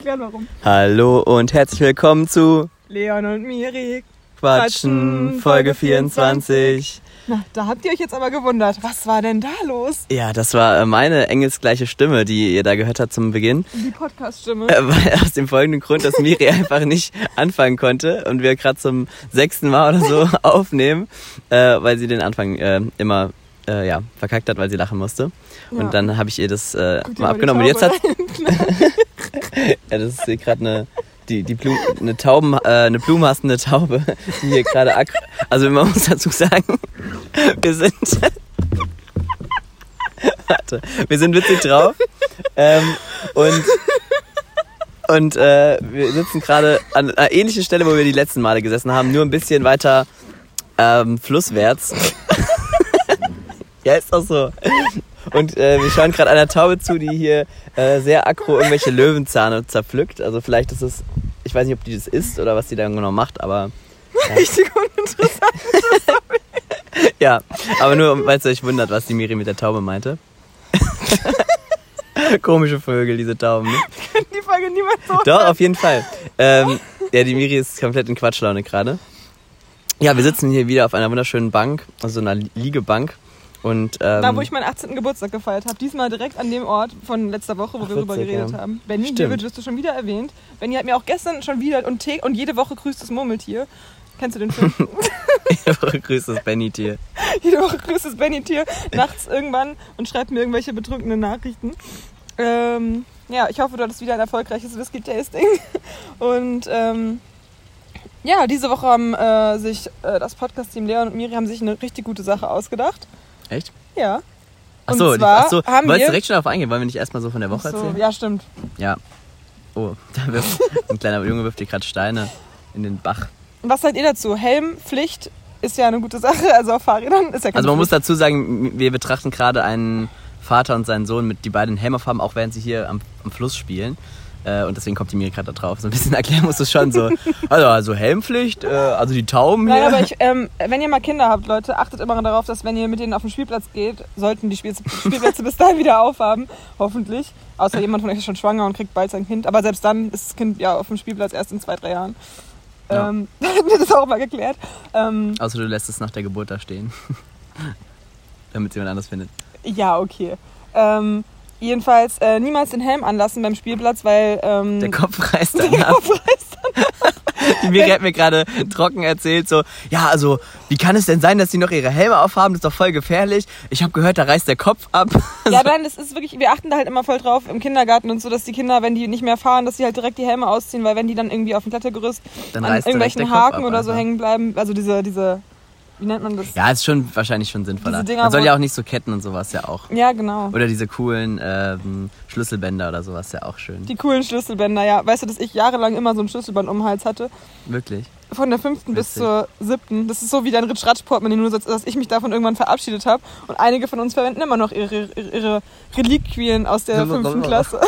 erklären, warum. Hallo und herzlich willkommen zu Leon und Miri Quatschen, Folge 24. Na, da habt ihr euch jetzt aber gewundert. Was war denn da los? Ja, das war meine engelsgleiche Stimme, die ihr da gehört habt zum Beginn. Die Podcast-Stimme. Weil aus dem folgenden Grund, dass Miri einfach nicht anfangen konnte und wir gerade zum 6. Mal oder so aufnehmen, weil sie den Anfang immer verkackt hat, weil sie lachen musste. Ja. Und dann habe ich ihr das mal abgenommen. Und jetzt hat ja, das ist gerade eine blumenhastende Taube, die hier gerade also man muss dazu sagen, wir sind witzig drauf und wir sitzen gerade an einer ähnlichen Stelle, wo wir die letzten Male gesessen haben, nur ein bisschen weiter flusswärts. Ja, ist auch so. Und wir schauen gerade einer Taube zu, die hier sehr aggro irgendwelche Löwenzahne zerpflückt. Also vielleicht ist es, ich weiß nicht, ob die das isst oder was die da genau macht, aber... Ja. Richtig uninteressant. Ja, aber nur, weil es euch wundert, was die Miri mit der Taube meinte. Komische Vögel, diese Tauben, ne? Können die Folge niemals so Doch, auf jeden Fall. Ja, die Miri ist komplett in Quatschlaune gerade. Ja, wir sitzen hier wieder auf einer wunderschönen Bank, also einer Liegebank. Und, da, wo ich meinen 18. Geburtstag gefeiert habe. Diesmal direkt an dem Ort von letzter Woche, wo wir drüber geredet haben. Benny, hier wirst du schon wieder erwähnt. Benny hat mir auch gestern schon wieder und jede Woche grüßt das Murmeltier. Kennst du den Film? Jede Woche grüßt das Benny-Tier. Jede Woche grüßt das Benny-Tier nachts irgendwann und schreibt mir irgendwelche betrunkenen Nachrichten. Ja, ich hoffe, du hattest wieder ein erfolgreiches Whisky-Tasting. Und ja, diese Woche haben sich das Podcast-Team Leon und Miri haben sich eine richtig gute Sache ausgedacht. Echt? Ja. Achso, wolltest du direkt schon darauf eingehen? Wollen wir nicht erstmal so von der Woche erzählen? Ja, stimmt. Ja. Oh, da wirft ein kleiner Junge wirft hier gerade Steine in den Bach. Was sagt ihr dazu? Helmpflicht ist ja eine gute Sache, also auf Fahrrädern ist ja keine Also man Pflicht. muss dazu sagen, wir betrachten gerade einen Vater und seinen Sohn, die beiden Helm auf haben, auch während sie hier am Fluss spielen. Und deswegen kommt die Miri gerade da drauf. So ein bisschen erklären musst du es schon so. Also Helmpflicht, also die Tauben hier. Nein, aber wenn ihr mal Kinder habt, Leute, achtet immer darauf, dass wenn ihr mit denen auf den Spielplatz geht, sollten die Spielplätze bis dahin wieder aufhaben. Hoffentlich. Außer jemand von euch ist schon schwanger und kriegt bald sein Kind. Aber selbst dann ist das Kind ja auf dem Spielplatz erst in 2-3 Jahren. Ja. Das ist auch mal geklärt. Außer du lässt es nach der Geburt da stehen. Damit jemand anders findet. Ja, okay. Jedenfalls niemals den Helm anlassen beim Spielplatz, weil... der Kopf reißt dann ab. Die Miri hat mir gerade trocken erzählt, so, ja, also, wie kann es denn sein, dass die noch ihre Helme aufhaben? Das ist doch voll gefährlich. Ich habe gehört, da reißt der Kopf ab. Ja, nein, das ist wirklich, wir achten da halt immer voll drauf im Kindergarten und so, dass die Kinder, wenn die nicht mehr fahren, dass sie halt direkt die Helme ausziehen, weil wenn die dann irgendwie auf dem Klettergerüst dann an irgendwelchen Haken oder so hängen bleiben, also diese, wie nennt man das? Ja, ist schon wahrscheinlich schon sinnvoller. Dinger, man soll ja auch nicht so Ketten und sowas ja auch. Ja, genau. Oder diese coolen Schlüsselbänder oder sowas ja auch schön. Die coolen Schlüsselbänder, ja. Weißt du, dass ich jahrelang immer so ein Schlüsselband um den Hals hatte? Wirklich? Von der 5. bis zur 7. Das ist so wie dein Ritsch-Ratsch-Portemonnaie, nur dass ich mich davon irgendwann verabschiedet habe. Und einige von uns verwenden immer noch ihre Reliquien aus der 5. Klasse.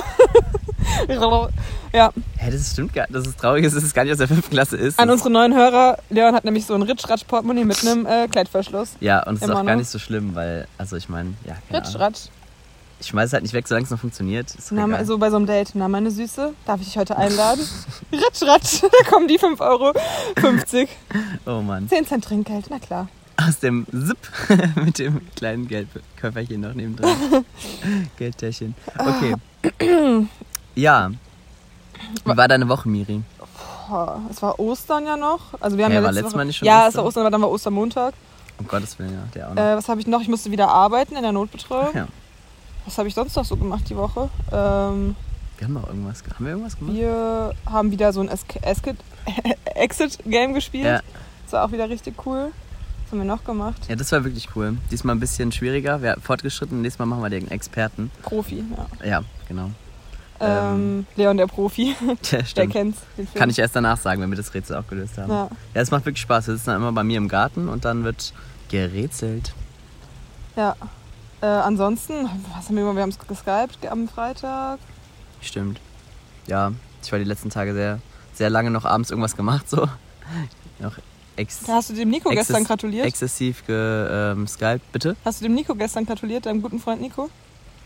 Ja. Hä, das stimmt gar nicht. Das ist traurig, dass es gar nicht aus der 5. Klasse ist. An unsere neuen Hörer, Leon hat nämlich so ein Ritsch-Ratsch-Portemonnaie mit einem Klettverschluss. Ja, und es ist auch gar nicht so schlimm, weil, also ich meine, ja, keine Ahnung. Ritsch-Ratsch. Ich schmeiß es halt nicht weg, solange es noch funktioniert. Na, so bei so einem Date. Na, meine Süße, darf ich dich heute einladen? Ritsch-Ratsch, da kommen die 5,50 €. Oh Mann. 10 Cent Trinkgeld, na klar. Aus dem Zip mit dem kleinen Geldköfferchen noch nebendran. Geldtäschchen. Okay. Ja. Wie war deine Woche, Miri? Es war Ostern ja noch. Also wir haben war letztes Mal nicht schon Ja, Ostern? es war Ostern, aber dann war Ostermontag. Um Gottes Willen, ja. Der auch noch. Was habe ich noch? Ich musste wieder arbeiten in der Notbetreuung. Ja. Was habe ich sonst noch so gemacht die Woche? Wir haben noch irgendwas. Haben wir irgendwas gemacht? Wir haben wieder so ein Exit-Game gespielt. Ja. Das war auch wieder richtig cool. Was haben wir noch gemacht? Ja, das war wirklich cool. Diesmal ein bisschen schwieriger. Wir fortgeschritten. Nächstes Mal machen wir den Experten. Profi, ja. Ja, genau. Leon der Profi. Ja, stimmt. Der kennt's, den Film. Kann ich erst danach sagen, wenn wir das Rätsel auch gelöst haben. Ja, es macht wirklich Spaß. Wir sitzen dann immer bei mir im Garten und dann wird gerätselt. ja. Ansonsten, was haben wir haben geskypt am Freitag. Stimmt. Ja, ich war die letzten Tage sehr, sehr lange noch abends irgendwas gemacht. So. Noch Hast du dem Nico gestern gratuliert? Exzessiv geskypt, bitte? Hast du dem Nico gestern gratuliert, deinem guten Freund Nico?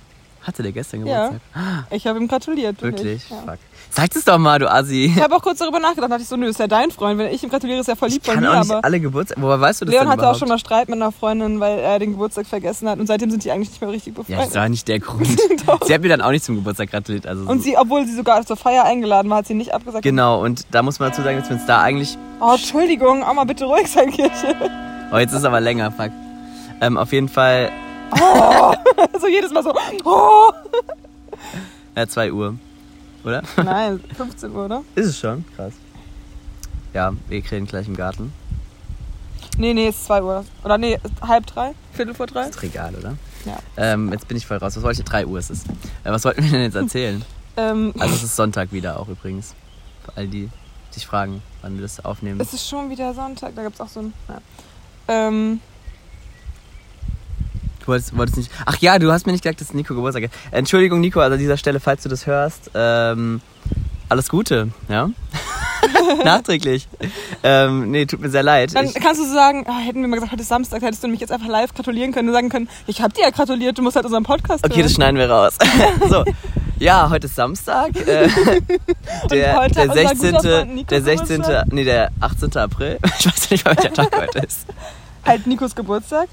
Hatte der gestern Geburtstag? Ja. Ich habe ihm gratuliert. Wirklich? Ja. Fuck. Sag es doch mal, du Assi. Ich habe auch kurz darüber nachgedacht. Dachte ich so, nö, ist ja dein Freund. Wenn ich ihm gratuliere, ist er voll lieb von mir. Ich kann auch nicht aber alle Geburtstage... Woher weißt du das Leon denn hatte überhaupt? auch schon mal Streit mit einer Freundin, weil er den Geburtstag vergessen hat. Und seitdem sind die eigentlich nicht mehr richtig Ja, befreundet. das war nicht der Grund. Sie hat mir dann auch nicht zum Geburtstag gratuliert. Also Und sie, obwohl sie sogar zur Feier eingeladen war, hat sie nicht abgesagt. Genau, und da muss man dazu sagen, dass wir uns da eigentlich... Oh, Entschuldigung, auch mal bitte ruhig sein, Kirche. Oh, jetzt ist es aber länger, fuck. Auf jeden Fall... Oh, so jedes Mal so. Oh. Ja, 2 Uhr. Oder? Nein, 15 Uhr, oder? Ist es schon? Krass. Ja, wir krähen gleich im Garten. Nee, es ist 2 Uhr. Oder nee, 2:30, 2:45. Ist doch egal, oder? Ja. Jetzt bin ich voll raus. Was wollte ich? 3 Uhr ist es. Was wollten wir denn jetzt erzählen? Also es ist Sonntag wieder auch übrigens. Für all die sich fragen, wann wir das aufnehmen. Es ist schon wieder Sonntag, da gibt's auch so ein... Ja. Du wolltest nicht... Ach ja, du hast mir nicht gesagt, dass Nico Geburtstag hat. Entschuldigung, Nico, also an dieser Stelle, falls du das hörst, alles Gute, ja? Nachträglich. Nee, tut mir sehr leid. Dann kannst du so sagen, hätten wir mal gesagt, heute ist Samstag, hättest du mich jetzt einfach live gratulieren können und sagen können, ich hab dir ja gratuliert, du musst halt unseren Podcast hören. Okay, das schneiden wir raus. So, ja, heute ist Samstag. Der 18. April. Ich weiß nicht, welcher Tag heute ist. Halt Nikos Geburtstag.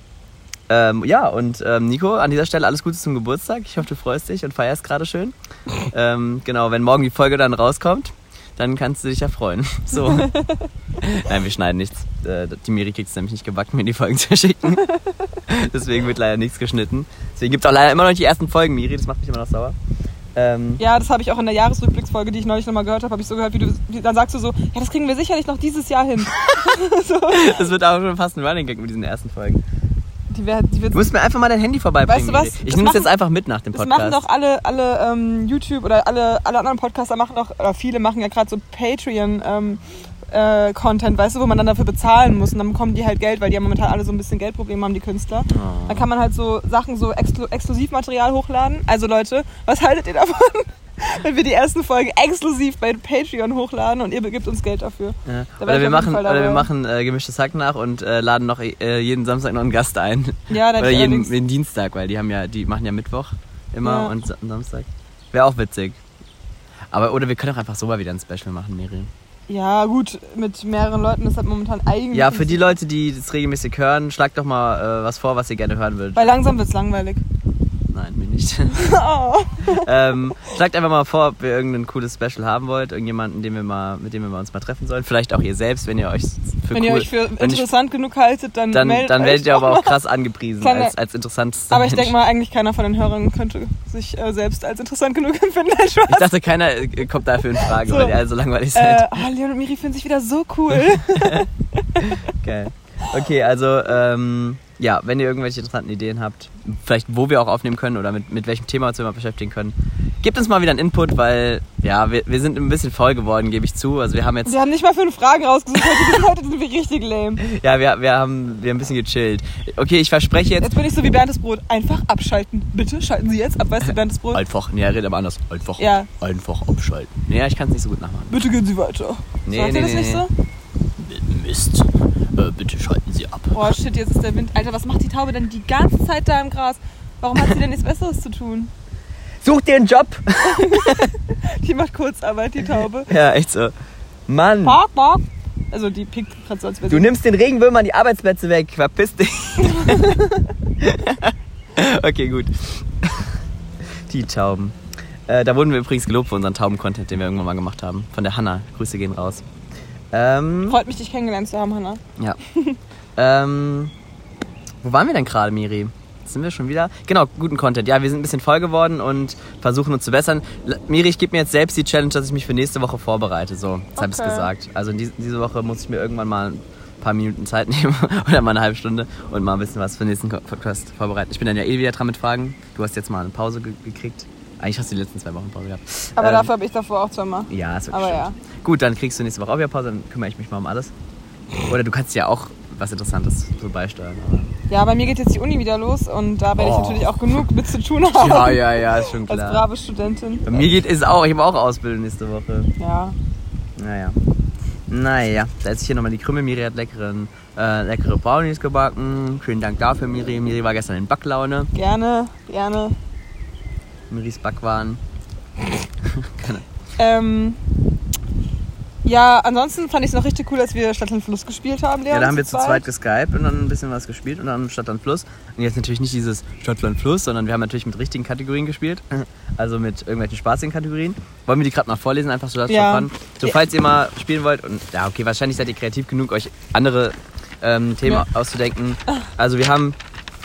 Ja, und Nico, an dieser Stelle alles Gute zum Geburtstag. Ich hoffe, du freust dich und feierst gerade schön. Genau, wenn morgen die Folge dann rauskommt, dann kannst du dich ja freuen. So. Nein, wir schneiden nichts. Die Miri kriegt es nämlich nicht gebacken, mir die Folgen zu schicken. Deswegen wird leider nichts geschnitten. Deswegen gibt es auch leider immer noch nicht die ersten Folgen, Miri. Das macht mich immer noch sauer. Ja, das habe ich auch in der Jahresrückblicksfolge, die ich neulich nochmal gehört habe ich so gehört, dann sagst du so, ja, das kriegen wir sicherlich noch dieses Jahr hin. So. Das wird auch schon fast ein Running Gag mit diesen ersten Folgen. Du musst mir einfach mal dein Handy vorbeibringen. Weißt du was? Miri. Ich nehme es jetzt einfach mit nach dem Podcast. Das machen doch alle YouTube oder alle anderen Podcaster machen doch, oder viele machen ja gerade so Patreon Content, weißt du, wo man dann dafür bezahlen muss und dann bekommen die halt Geld, weil die ja momentan alle so ein bisschen Geldprobleme haben, die Künstler. Oh. Dann kann man halt so Sachen, so Exklusivmaterial hochladen. Also Leute, was haltet ihr davon, wenn wir die ersten Folgen exklusiv bei Patreon hochladen und ihr gebt uns Geld dafür? Ja. Oder wir machen gemischtes Hack nach und laden noch jeden Samstag noch einen Gast ein. Ja, oder jeden Dienstag, weil die machen ja Mittwoch immer und Samstag. Wäre auch witzig. Oder wir können auch einfach so mal wieder ein Special machen, Miri. Ja, gut, mit mehreren Leuten ist halt momentan eigentlich... Ja, für die Leute, die das regelmäßig hören, schlagt doch mal was vor, was ihr gerne hören würdet. Weil langsam wird's langweilig. Nein, mir nicht. Oh. Schlagt einfach mal vor, ob ihr irgendein cooles Special haben wollt. Irgendjemanden, mit dem wir uns mal treffen sollen. Vielleicht auch ihr selbst, wenn ihr euch für interessant genug haltet, dann meldet Dann werdet ihr aber auch krass angepriesen als interessantester Aber ich denke mal, eigentlich keiner von den Hörern könnte sich selbst als interessant genug empfinden. Ich dachte, keiner kommt dafür in Frage, weil ihr alle so langweilig seid. Leon und Miri finden sich wieder so cool. Geil. Okay, also... ja, wenn ihr irgendwelche interessanten Ideen habt, vielleicht wo wir auch aufnehmen können oder mit welchem Thema uns wir mal beschäftigen können, gebt uns mal wieder einen Input, weil ja, wir sind ein bisschen voll geworden, gebe ich zu. Also wir haben nicht mal 5 Fragen rausgesucht, heute sind wir richtig lame. Ja, wir haben ein bisschen gechillt. Okay, ich verspreche jetzt... Jetzt bin ich so wie Berndes Brot, einfach abschalten. Bitte, schalten Sie jetzt ab, weißt du, Berndes Brot? Einfach, red aber anders. Einfach abschalten. Nee, ich kann es nicht so gut nachmachen. Bitte gehen Sie weiter. Sagt ihr das nicht so? Mist. Bitte schalten Sie ab. Oh shit, jetzt ist der Wind. Alter, was macht die Taube denn die ganze Zeit da im Gras? Warum hat sie denn nichts Besseres zu tun? Such dir einen Job! Die macht Kurzarbeit, die Taube. Ja, echt so. Mann! Also die pickt gerade so als Du nimmst den Regenwürmern die Arbeitsplätze weg. Verpiss dich. Okay, gut. Die Tauben. Da wurden wir übrigens gelobt für unseren Tauben-Content, den wir irgendwann mal gemacht haben. Von der Hanna. Grüße gehen raus. Freut mich, dich kennengelernt zu haben, Hanna. Ja. Wo waren wir denn gerade, Miri? Jetzt sind wir schon wieder... Genau, guten Content. Ja, wir sind ein bisschen voll geworden und versuchen uns zu bessern. Miri, ich gebe mir jetzt selbst die Challenge, dass ich mich für nächste Woche vorbereite. So, jetzt habe ich es gesagt. Also diese Woche muss ich mir irgendwann mal ein paar Minuten Zeit nehmen oder mal eine halbe Stunde und mal ein bisschen was für den nächsten Podcast vorbereiten. Ich bin dann ja wieder dran mit Fragen. Du hast jetzt mal eine Pause gekriegt. Eigentlich hast du die letzten 2 Wochen Pause gehabt. Aber dafür habe ich davor auch 2 Mal. Ja, ist okay. Aber ja. Gut, dann kriegst du nächste Woche auch wieder Pause, dann kümmere ich mich mal um alles. Oder du kannst ja auch was Interessantes so beisteuern. Aber ja, bei mir geht jetzt die Uni wieder los und da werde ich natürlich auch genug mit zu tun haben. Ja, ist schon klar. Als brave Studentin. Bei mir ich habe auch Ausbildung nächste Woche. Ja. Naja, da esse ich hier nochmal die Krümel. Miri hat leckere Brownies gebacken. Vielen Dank dafür, Miri. Miri war gestern in Backlaune. Gerne. Miris Backwaren. Ja, ansonsten fand ich es noch richtig cool, als wir Stadt und Fluss gespielt haben. Ja, da haben wir zu zweit geskypt und dann ein bisschen was gespielt und dann Stadt und Fluss. Und jetzt natürlich nicht dieses Stadt und Fluss, sondern wir haben natürlich mit richtigen Kategorien gespielt. Also mit irgendwelchen spaßigen Kategorien. Wollen wir die gerade mal vorlesen, einfach so, dass schon so, falls ihr mal spielen wollt. Und ja, okay, wahrscheinlich seid ihr kreativ genug, euch andere Themen auszudenken. Also wir haben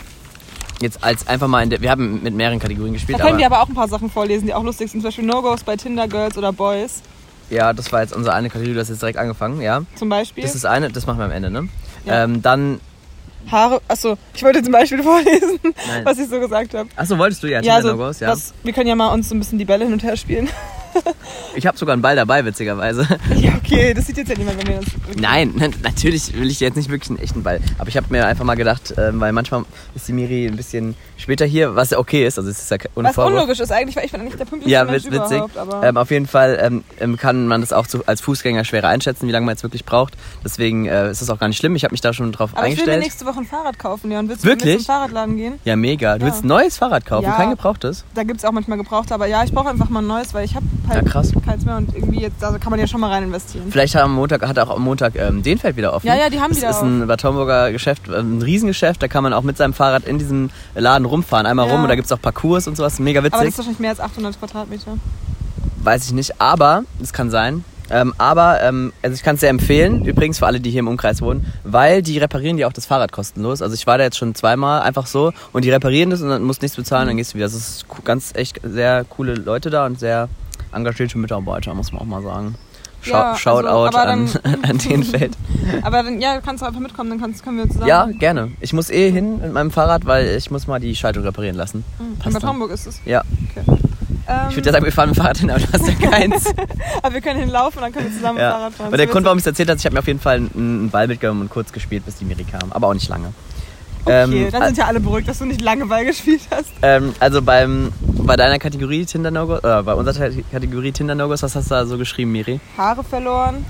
jetzt als einfach mal wir haben mit mehreren Kategorien gespielt. Da können wir aber auch ein paar Sachen vorlesen, die auch lustig sind. Zum Beispiel No-Gos bei Tinder, Girls oder Boys. Ja, das war jetzt unsere eine Kategorie, du hast jetzt direkt angefangen, ja. Zum Beispiel? Das ist eine, das machen wir am Ende, ne? Ja. Dann... Haare, achso, ich wollte zum Beispiel vorlesen, was ich so gesagt habe. Achso, wolltest du ja, ja, also, wir können ja mal uns so ein bisschen die Bälle hin und her spielen. Ich habe sogar einen Ball dabei, witzigerweise. Ja, okay, das sieht jetzt ja niemand, wenn wir das... Nein, natürlich will ich jetzt nicht wirklich einen echten Ball. Aber ich habe mir einfach mal gedacht, weil manchmal ist die Miri ein bisschen später hier, was ja okay ist. Also es ist ja was unlogisch ist eigentlich, weil ich bin nicht der pünktlichste Mensch überhaupt. Aber auf jeden Fall kann man das auch so als Fußgänger schwerer einschätzen, wie lange man jetzt wirklich braucht. Deswegen ist das auch gar nicht schlimm. Ich habe mich da schon drauf eingestellt. Ich will mir nächste Woche ein Fahrrad kaufen, Leon. Willst du wirklich? Mit zum Fahrradladen gehen? Ja, mega. Du willst ein neues Fahrrad kaufen, kein gebrauchtes? Da gibt es auch manchmal gebrauchte, aber ja, ich brauche einfach mal ein neues, weil ich habe halt keins mehr und irgendwie jetzt, also kann man ja schon mal rein investieren. Vielleicht hat auch am Montag Dehnfeld wieder offen. Ja, die haben wieder auf. Das ist ein Bad Homburger Geschäft, ein Riesengeschäft, da kann man auch mit seinem Fahrrad in diesem Laden rumfahren, einmal rum und da gibt es auch Parcours und sowas, mega witzig. Aber das ist wahrscheinlich mehr als 800 Quadratmeter. Weiß ich nicht, aber, das kann sein. Also ich kann es sehr empfehlen, übrigens für alle, die hier im Umkreis wohnen, weil die reparieren dir auch das Fahrrad kostenlos. Also ich war da jetzt schon zweimal einfach so und die reparieren das und dann musst nichts bezahlen, dann gehst du wieder. Das ist ganz echt sehr coole Leute da und sehr engagierte Mitarbeiter, muss man auch mal sagen. Shoutout an Dehnfeld. Aber dann, kannst du einfach mitkommen, dann können wir zusammen. Ja, gerne. Ich muss hin mit meinem Fahrrad, weil ich muss mal die Schaltung reparieren lassen. In Bad Homburg ist es? Ja. Okay. Ich würde ja sagen, wir fahren mit dem Fahrrad hin, aber du hast ja keins. Aber wir können hinlaufen, dann können wir zusammen mit dem Fahrrad fahren. Und der Grund, warum ich es erzählt habe, ich habe mir auf jeden Fall einen Ball mitgenommen und kurz gespielt, bis die Miri kam. Aber auch nicht lange. Okay, dann sind ja alle beruhigt, dass du nicht lange Ball gespielt hast. Also bei deiner Kategorie Tinder No-Gos, oder bei unserer Kategorie Tinder No-Gos, was hast du da so geschrieben, Miri? Haare verloren.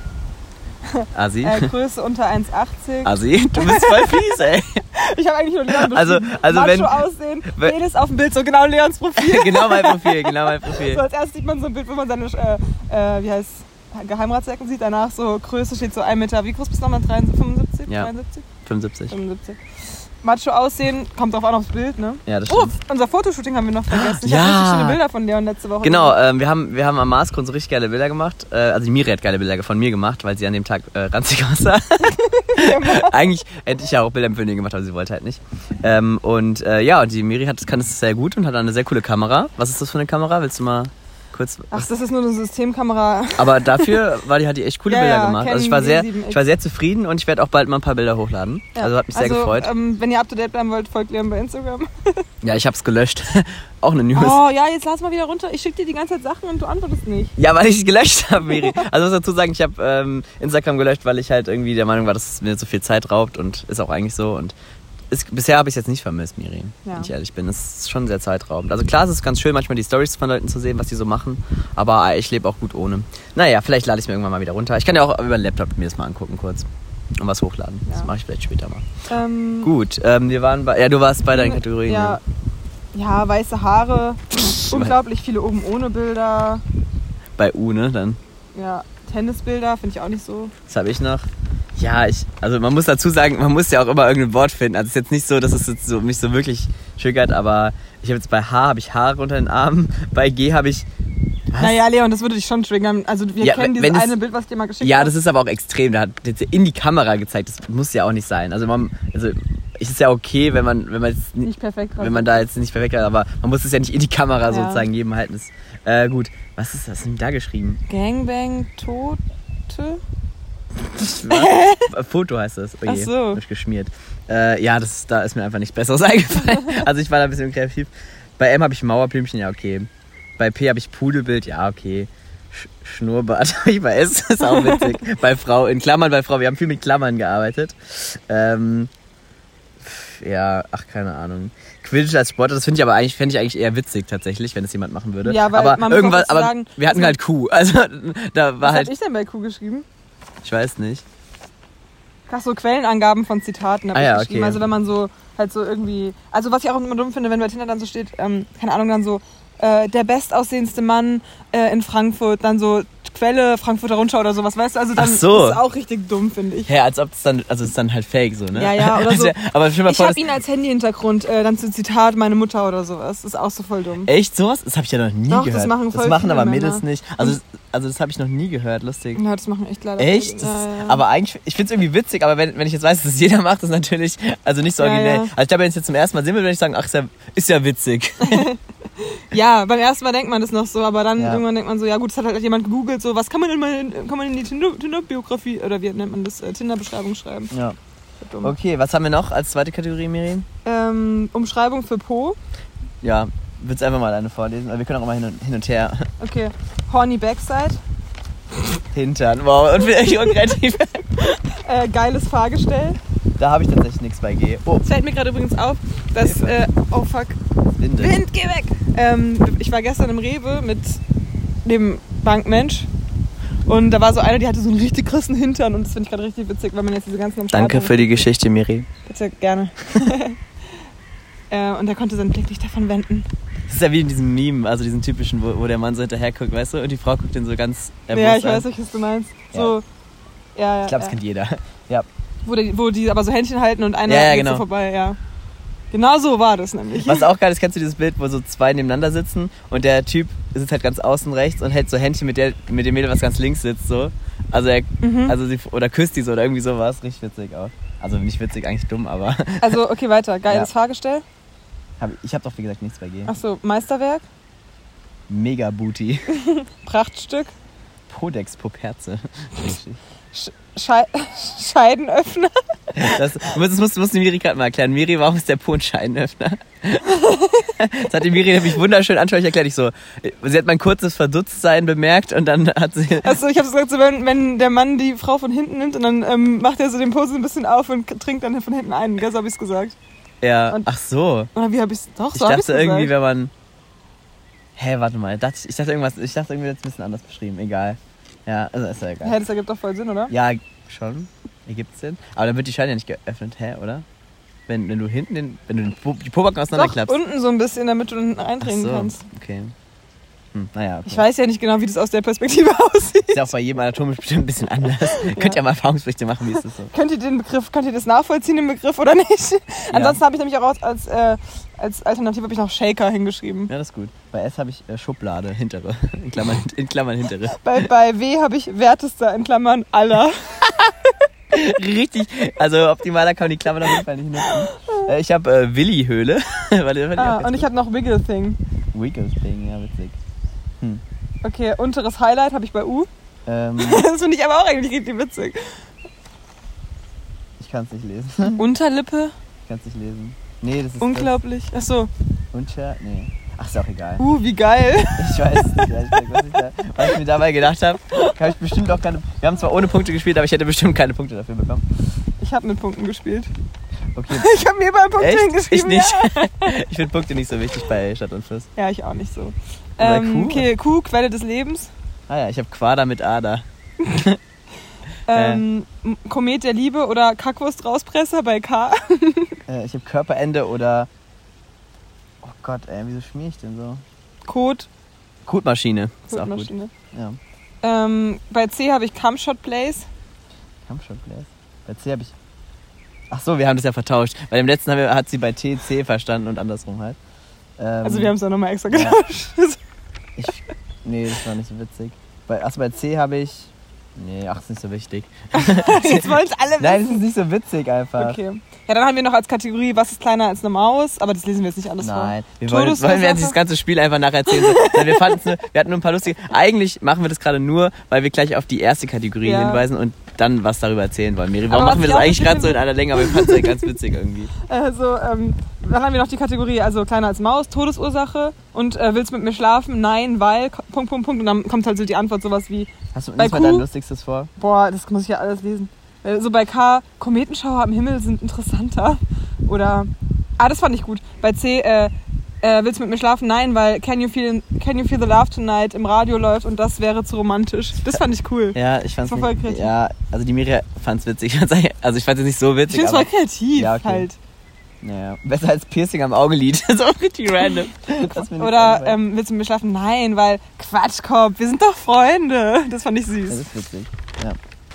Asi. Größe unter 1,80. Asi, du bist voll fies, ey. Ich habe eigentlich nur Leon beschrieben. Also Macho aussehen, Penis auf dem Bild, so genau Leons Profil. genau mein Profil. So als erstes sieht man so ein Bild, wo man seine, Geheimratsecken sieht. Danach so Größe steht so 1 Meter. Wie groß bist du nochmal? 75? Ja. 73? 75. Macho aussehen, kommt drauf an aufs Bild, ne? Ja, das stimmt. Unser Fotoshooting haben wir noch vergessen. Ich habe richtig schöne Bilder von Leon letzte Woche. Genau, wir haben am Marsgrund so richtig geile Bilder gemacht. Also die Miri hat geile Bilder von mir gemacht, weil sie an dem Tag ranzig aussah. Eigentlich hätte ich ja auch Bilder für ihn gemacht, aber sie wollte halt nicht. Und die Miri kann es sehr gut und hat eine sehr coole Kamera. Was ist das für eine Kamera? Willst du mal... Ach, das ist nur eine Systemkamera. Aber dafür hat die echt coole Bilder gemacht. Also ich war sehr zufrieden und ich werde auch bald mal ein paar Bilder hochladen. Ja. Also hat mich sehr gefreut. Wenn ihr up to date bleiben wollt, folgt Leon bei Instagram. Ja, ich hab's gelöscht. Auch eine News. Oh ja, jetzt lass mal wieder runter. Ich schicke dir die ganze Zeit Sachen und du antwortest nicht. Ja, weil ich es gelöscht habe, Miri. Also muss dazu sagen, ich habe Instagram gelöscht, weil ich halt irgendwie der Meinung war, dass es mir so viel Zeit raubt und ist auch eigentlich so und bisher habe ich es jetzt nicht vermisst, Miri, wenn ich ehrlich bin. Es ist schon sehr zeitraubend. Also klar, es ist ganz schön, manchmal die Storys von Leuten zu sehen, was die so machen. Aber ich lebe auch gut ohne. Naja, vielleicht lade ich es mir irgendwann mal wieder runter. Ich kann ja auch über den Laptop mir das mal angucken kurz. Und was hochladen. Ja. Das mache ich vielleicht später mal. Gut, wir waren bei... Ja, du warst bei deinen Kategorien. Ja, weiße Haare. Unglaublich viele oben ohne Bilder. Bei U, ne? Dann. Ja, Tennisbilder finde ich auch nicht so. Was habe ich noch? Ja, also man muss dazu sagen, man muss ja auch immer irgendein Wort finden. Also es ist jetzt nicht so, dass es jetzt so, mich so wirklich triggert, aber ich habe jetzt bei H habe ich Haare unter den Armen, bei G habe ich... Was? Naja, Leon, das würde dich schon triggern. Also wir kennen dieses eine Bild, was ich dir mal geschickt habe. Ja, das ist aber auch extrem. Da hat jetzt in die Kamera gezeigt. Das muss ja auch nicht sein. Also es ist ja okay, wenn man jetzt nicht perfekt wenn man da jetzt nicht perfekt hat, aber man muss es ja nicht in die Kamera sozusagen jedem halten. Gut, was ist das denn da geschrieben? Gangbang Tote? Foto heißt das. Oh je, ach so. hab ich geschmiert. Da ist mir einfach nichts Besseres eingefallen. Also ich war da ein bisschen kreativ. Bei M habe ich Mauerblümchen, ja okay. Bei P habe ich Pudelbild, ja okay. Schnurrbart habe ich bei S, ist auch witzig. Bei Frau, in Klammern bei Frau, wir haben viel mit Klammern gearbeitet. Keine Ahnung. Quidditch als Sport, das fände ich eigentlich eher witzig tatsächlich, wenn es jemand machen würde. Ja, weil aber irgendwas, sagen, wir hatten halt Q. Also da war was halt. Was hab ich denn bei Q geschrieben? Ich weiß nicht. Ach so, Quellenangaben von Zitaten habe ich geschrieben. Okay. Also wenn man so halt so irgendwie, also was ich auch immer dumm finde, wenn bei Tinder dann so steht, keine Ahnung, dann so der bestaussehendste Mann in Frankfurt, dann so Quelle, Frankfurter Rundschau oder sowas, weißt du? Also dann Ach so. ist es auch richtig dumm, finde ich. Ja, als ob es dann, also es ist dann halt fake so, ne? Ja, oder so. Aber stell mal Ich vor, habe ihn als Handy-Hintergrund, dann zu Zitat meine Mutter oder sowas. Das ist auch so voll dumm. echt sowas? Das habe ich ja noch nie Doch, gehört. das machen voll aber viele Mädels Männer. nicht. Also das habe ich noch nie gehört, lustig. Ja, das machen echt leider Echt? viele. Ja. Aber eigentlich, ich finde es irgendwie witzig, aber wenn ich jetzt weiß, dass das jeder macht, ist natürlich, also nicht so originell. Ja. Also ich glaube, wenn ich jetzt zum ersten Mal sehen würde, würde ich sagen, ach, ist ja witzig. Ja, beim ersten Mal denkt man das noch so, aber dann Ja. irgendwann denkt man so, ja gut, es hat halt jemand gegoogelt, so, was kann man in die Tinder-Biografie, oder wie nennt man das, Tinder-Beschreibung schreiben. Ja. Dumm. Okay, was haben wir noch als zweite Kategorie, Miri? Umschreibung für Po. Ja, willst du einfach mal eine vorlesen? Wir können auch immer hin und her. Okay. Horny Backside. Hintern, wow, und wieder unkreativ. Geiles Fahrgestell. Da habe ich tatsächlich nichts bei G. Oh, Es fällt mir gerade übrigens auf, dass, oh fuck, Winde. Wind, geh weg! Ich war gestern im Rewe mit dem Bankmensch und da war so eine, die hatte so einen richtig krassen Hintern und das finde ich gerade richtig witzig, weil man jetzt diese ganzen Danke für die Geschichte, Miri. Bitte, gerne. Und er konnte seinen Blick nicht davon wenden. Das ist ja wie in diesem Meme, also diesen typischen, wo der Mann so hinterher guckt, weißt du? Und die Frau guckt den so ganz erbost Ja, ich an. weiß nicht, was du meinst. So, ja. Ich glaube, das kennt jeder. Ja. Wo die aber so Händchen halten und einer Ja, geht genau. so vorbei, ja. Genau so war das nämlich. Was auch geil ist, kennst du dieses Bild, wo so zwei nebeneinander sitzen und der Typ sitzt halt ganz außen rechts und hält so Händchen mit dem Mädel, was ganz links sitzt, so. Also oder küsst die so oder irgendwie sowas. Richtig witzig auch. Also nicht witzig, eigentlich dumm, aber Also, okay, weiter. Geiles Fahrgestell. ich habe doch wie gesagt nichts bei G. Achso, Meisterwerk. Mega Booty. Prachtstück. Podex Poperze. Scheidenöffner. Das musst Miri gerade mal erklären. Miri, warum ist der Po ein Scheidenöffner? Das hat die Miri nämlich wunderschön anschaulich erklärt. Sie hat mein kurzes Verdutztsein bemerkt und dann hat sie... Also ich habe gesagt, so, wenn der Mann die Frau von hinten nimmt und dann macht er so den Po so ein bisschen auf und trinkt dann von hinten ein. Gell, so habe ich es gesagt. Ja, Und- ach so. Oder wie habe ich es? Doch, Ich so habe ich es dachte irgendwie, gesagt. wenn man... Warte mal. Ich dachte irgendwie jetzt ein bisschen anders beschrieben. Egal. Ja, also ist ja egal. Hä, das ergibt doch voll Sinn, oder? Ja, schon. Ergibt Sinn. Aber dann wird die Scheide ja nicht geöffnet, oder? Wenn du hinten die Pobacken Doch, auseinanderklappst. unten so ein bisschen, damit du dann Ach eintrinken so, kannst. okay. Naja, okay. Ich weiß ja nicht genau, wie das aus der Perspektive aussieht. Ist ja auch bei jedem anatomisch bestimmt ein bisschen anders. Könnt ihr mal Erfahrungsberichte machen, wie ist das so? Könnt ihr das nachvollziehen, den Begriff, oder nicht? Ansonsten habe ich nämlich auch als Alternative habe ich noch Shaker hingeschrieben. Ja, das ist gut. Bei S habe ich Schublade, hintere. In Klammern hintere. Bei W habe ich Wertester in Klammern aller. Richtig. Also optimaler kann man die Klammern auf jeden Fall nicht nutzen. Ich habe Willi-Höhle. Und ich habe noch Wiggle Thing. Wiggle-Thing, ja, witzig. Okay, unteres Highlight habe ich bei U. Ähm, Das finde ich aber auch eigentlich richtig witzig. ich kann es nicht lesen. Unterlippe, Ich kann es nicht lesen. Nee, das ist... unglaublich. Achso, Nee. Ach, ist auch egal. wie geil. Ich weiß es nicht, ehrlich gesagt, was ich mir dabei gedacht habe. Habe ich bestimmt auch keine... Wir haben zwar ohne Punkte gespielt, aber ich hätte bestimmt keine Punkte dafür bekommen. Ich habe mit Punkten gespielt. Okay. Ich habe mir überall Punkte Echt? hingeschrieben. Ich nicht. Ja. Ich finde Punkte nicht so wichtig bei Stadt und Fluss. Ja, ich auch nicht so. Bei Q? Okay, Q, Quelle des Lebens. Ah ja, ich habe Quader mit Ader. Komet der Liebe oder Kackwurst rauspresser bei K. Ich habe Körperende oder... Oh Gott, wieso schmier ich denn so? Code, Kotmaschine. Ist auch gut. Codemaschine. Ja. Bei C habe ich Cumshot Place. Kampfshotglas. Bei C habe ich... Ach so, wir haben das ja vertauscht. Bei dem letzten hat sie bei T C verstanden und andersrum halt. Also wir haben es ja nochmal extra ja. getauscht. Nee, das war nicht so witzig. Bei C habe ich... Nee, ach, das ist nicht so wichtig. Jetzt wollen es alle wissen. Nein, das ist nicht so witzig einfach. Okay. Ja, dann haben wir noch als Kategorie, was ist kleiner als eine Maus? Aber das lesen wir jetzt nicht alles Nein, vor. wir wollen jetzt dieses ganze Spiel einfach nacherzählen. Wir hatten nur ein paar lustige... Eigentlich machen wir das gerade nur, weil wir gleich auf die erste Kategorie hinweisen und dann was darüber erzählen wollen. Miri, warum machen wir das eigentlich gerade so in einer Länge? Aber wir fanden es ja ganz witzig irgendwie. Dann haben wir noch die Kategorie, also kleiner als Maus, Todesursache und willst mit mir schlafen? Nein, weil, ... Und dann kommt halt so die Antwort sowas wie... Hast du Bei nicht mal Q? dein Lustigstes vor? Boah, das muss ich ja alles lesen. So bei K, Kometenschauer am Himmel sind interessanter. Oder, das fand ich gut. Bei C, willst du mit mir schlafen? Nein, weil Can you feel the love tonight im Radio läuft und das wäre zu romantisch. Das fand ich cool. Ja, ich fand's Das war voll nicht, kreativ. also die Miri fand's witzig. Also ich fand's jetzt nicht so witzig. Ich find's voll kreativ Ja, okay. halt. Naja, besser als Piercing am Augenlid. Das ist auch richtig random. Oder willst du mit mir schlafen? Nein, weil Quatschkopf, wir sind doch Freunde. Das fand ich süß. Das ist witzig, ja.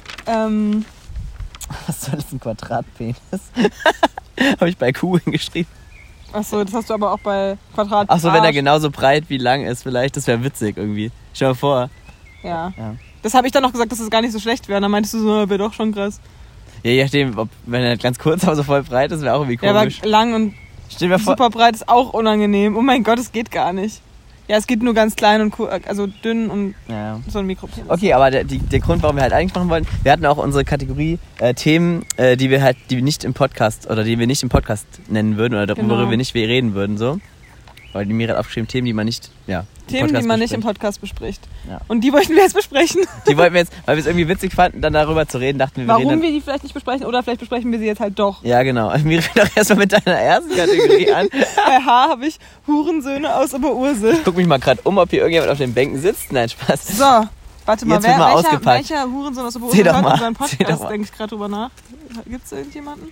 Was soll das, ein Quadratpenis? Habe ich bei Q geschrieben. Achso, das hast du aber auch bei Quadrat. Achso, wenn er genauso breit wie lang ist vielleicht, das wäre witzig irgendwie. Stell dir vor. Ja. Das habe ich dann noch gesagt, dass es gar nicht so schlecht wäre. Dann meintest du so, wäre doch schon krass. Ja, je nachdem, wenn er ganz kurz, aber so voll breit ist, wäre auch irgendwie komisch. Ja, aber lang und super breit ist auch unangenehm. Oh mein Gott, es geht gar nicht. Ja, es geht nur ganz klein und also dünn und so ein Mikropenis. Okay, aber der Grund, warum wir halt eigentlich machen wollen, wir hatten auch unsere Kategorie Themen, die wir nicht im Podcast nennen würden oder worüber wir nicht reden würden, so. Weil die Mira hat aufgeschrieben, Themen, die man nicht, nicht im Podcast bespricht. Ja. Und die wollten wir jetzt besprechen. Die wollten wir jetzt, weil wir es irgendwie witzig fanden, dann darüber zu reden, dachten wir, warum wir die vielleicht nicht besprechen oder vielleicht besprechen wir sie jetzt halt doch. Ja, genau. Mira, fang doch erstmal mit deiner ersten Kategorie an. Bei H habe ich Hurensöhne aus Oberursel. Ich guck mich mal gerade ob hier irgendjemand auf den Bänken sitzt. Nein, Spaß. So, warte mal, welcher Hurensohn aus Oberursel hört unseren Podcast? Denke ich gerade drüber nach. Gibt es irgendjemanden?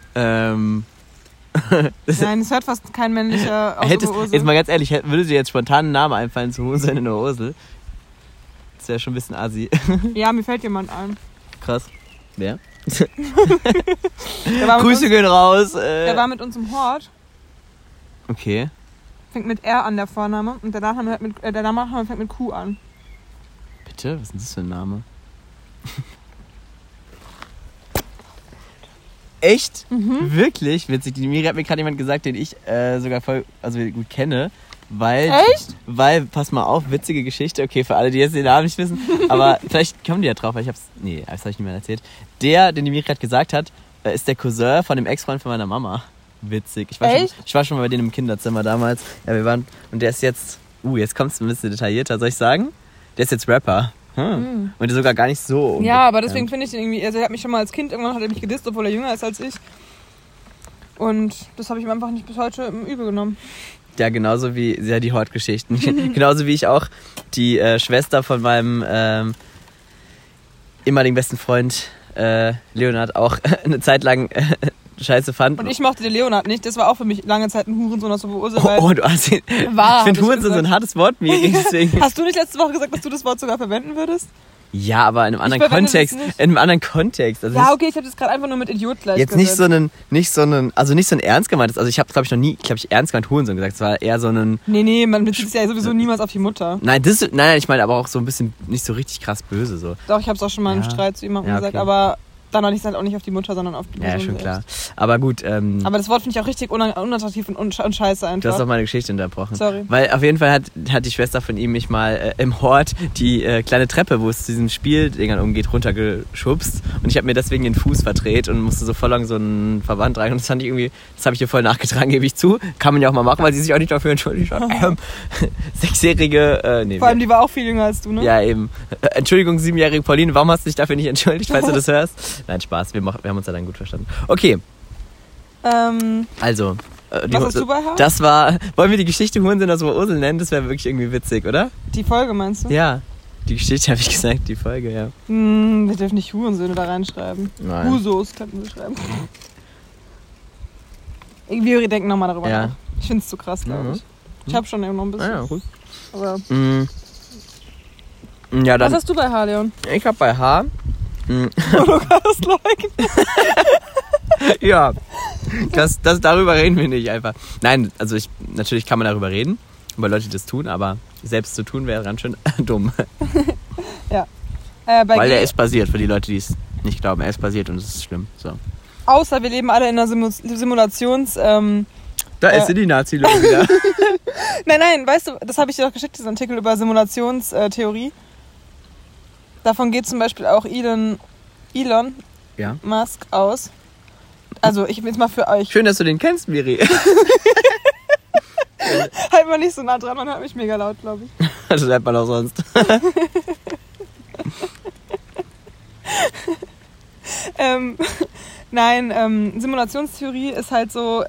Nein, es hört fast kein männlicher aus Oberursel. Jetzt mal ganz ehrlich, würde dir jetzt spontan ein Name einfallen zu Hurensohn in Oberursel? Das wäre schon ein bisschen assi. Ja, mir fällt jemand ein. Krass. Wer? Grüße gehen raus. Der war mit uns im Hort. Okay. Fängt mit R an, der Vorname. Und der Nachname fängt mit Q an. Bitte? Was ist denn das für ein Name? Echt? Mhm. Wirklich? Witzig. Die Miri hat mir gerade jemand gesagt, den ich sogar voll gut kenne. Echt? Weil, pass mal auf, witzige Geschichte. Okay, für alle, die jetzt den Namen nicht wissen. Aber vielleicht kommen die ja drauf, weil das habe ich nicht mehr erzählt. Der, den die Miri gerade gesagt hat, ist der Cousin von dem Ex-Freund von meiner Mama. Witzig. Ich war schon mal bei denen im Kinderzimmer damals. Ja, wir waren, und der ist jetzt, jetzt kommt es ein bisschen detaillierter, soll ich sagen? Der ist jetzt Rapper. Und der ist sogar gar nicht so. Ja, aber deswegen finde ich den irgendwie, also er hat mich schon mal als Kind, irgendwann hat er mich gedisst, obwohl er jünger ist als ich. Und das habe ich ihm einfach nicht bis heute übel genommen. Ja, genauso wie die Hort-Geschichten. Genauso wie ich auch die Schwester von meinem ehemaligen besten Freund Leonard auch eine Zeit lang scheiße fand. Und ich mochte den Leonard nicht. Das war auch für mich lange Zeit ein Hurensohn aus Oberursel. Du hast ihn. Ich finde Hurensohn so ein hartes Wort, Miri. Deswegen. Hast du nicht letzte Woche gesagt, dass du das Wort sogar verwenden würdest? Ja, aber in einem anderen Kontext. In einem anderen Kontext. Also ja, okay, ich habe das gerade einfach nur mit Idiot gleich jetzt gesagt. Nicht so ein ernst gemeintes. Also ich habe, glaube ich, noch nie, ernst gemeint Hurensohn gesagt. Es war eher so ein... Nee, man bezieht ja sowieso niemals auf die Mutter. Nein, ich meine aber auch so ein bisschen nicht so richtig krass böse so. Doch, ich habe es auch schon mal im Streit zu jemandem gesagt, aber... Dann auch nicht auf die Mutter, sondern auf die Person. Ja, schon klar. Aber gut. Aber das Wort finde ich auch richtig unattraktiv und scheiße einfach. Du hast auch meine Geschichte unterbrochen. Sorry. Weil auf jeden Fall hat die Schwester von ihm mich mal im Hort die kleine Treppe, wo es zu diesen Spieldingern umgeht, runtergeschubst. Und ich habe mir deswegen den Fuß verdreht und musste so voll lang so einen Verband tragen. Und das habe ich ihr voll nachgetragen, gebe ich zu. Kann man ja auch mal machen, weil sie sich auch nicht dafür entschuldigt hat. 6-jährige... Vor allem, die war auch viel jünger als du, ne? Ja, eben. Entschuldigung, 7-jährige Pauline, warum hast du dich dafür nicht entschuldigt, falls du das hörst? Nein, Spaß, wir haben uns ja dann gut verstanden. Okay. Also. Was hast du bei H? Das war. Wollen wir die Geschichte Hurensohn aus Oberursel nennen? Das wäre wirklich irgendwie witzig, oder? Die Folge meinst du? Ja. Die Geschichte habe ich gesagt, die Folge, ja. Wir dürfen nicht Hurensöhne da reinschreiben. Nein. Husos könnten wir schreiben. Wir denken nochmal darüber nach. Ich finde es zu krass, glaube ich. Ich habe schon eben noch ein bisschen. Ja, gut. Aber ja, dann, was hast du bei H, Leon? Ich habe bei H... Holocaust leugnen. Ja, darüber reden wir nicht einfach. Nein, also natürlich kann man darüber reden, über Leute, die das tun, aber selbst zu tun wäre ganz schön dumm. Ja. Weil er ist basiert, für die Leute, die es nicht glauben. Er ist basiert und es ist schlimm. So. Außer wir leben alle in einer Simulations... Da ist sie, die Nazi-Löwe wieder. Nein, weißt du, das habe ich dir doch geschickt, diesen Artikel über Simulationstheorie. Davon geht zum Beispiel auch Elon Musk aus. Also, ich bin jetzt mal für euch. Schön, dass du den kennst, Miri. Halt mal nicht so nah dran, man hört mich mega laut, glaube ich. Das lernt man auch sonst. Simulationstheorie ist halt so,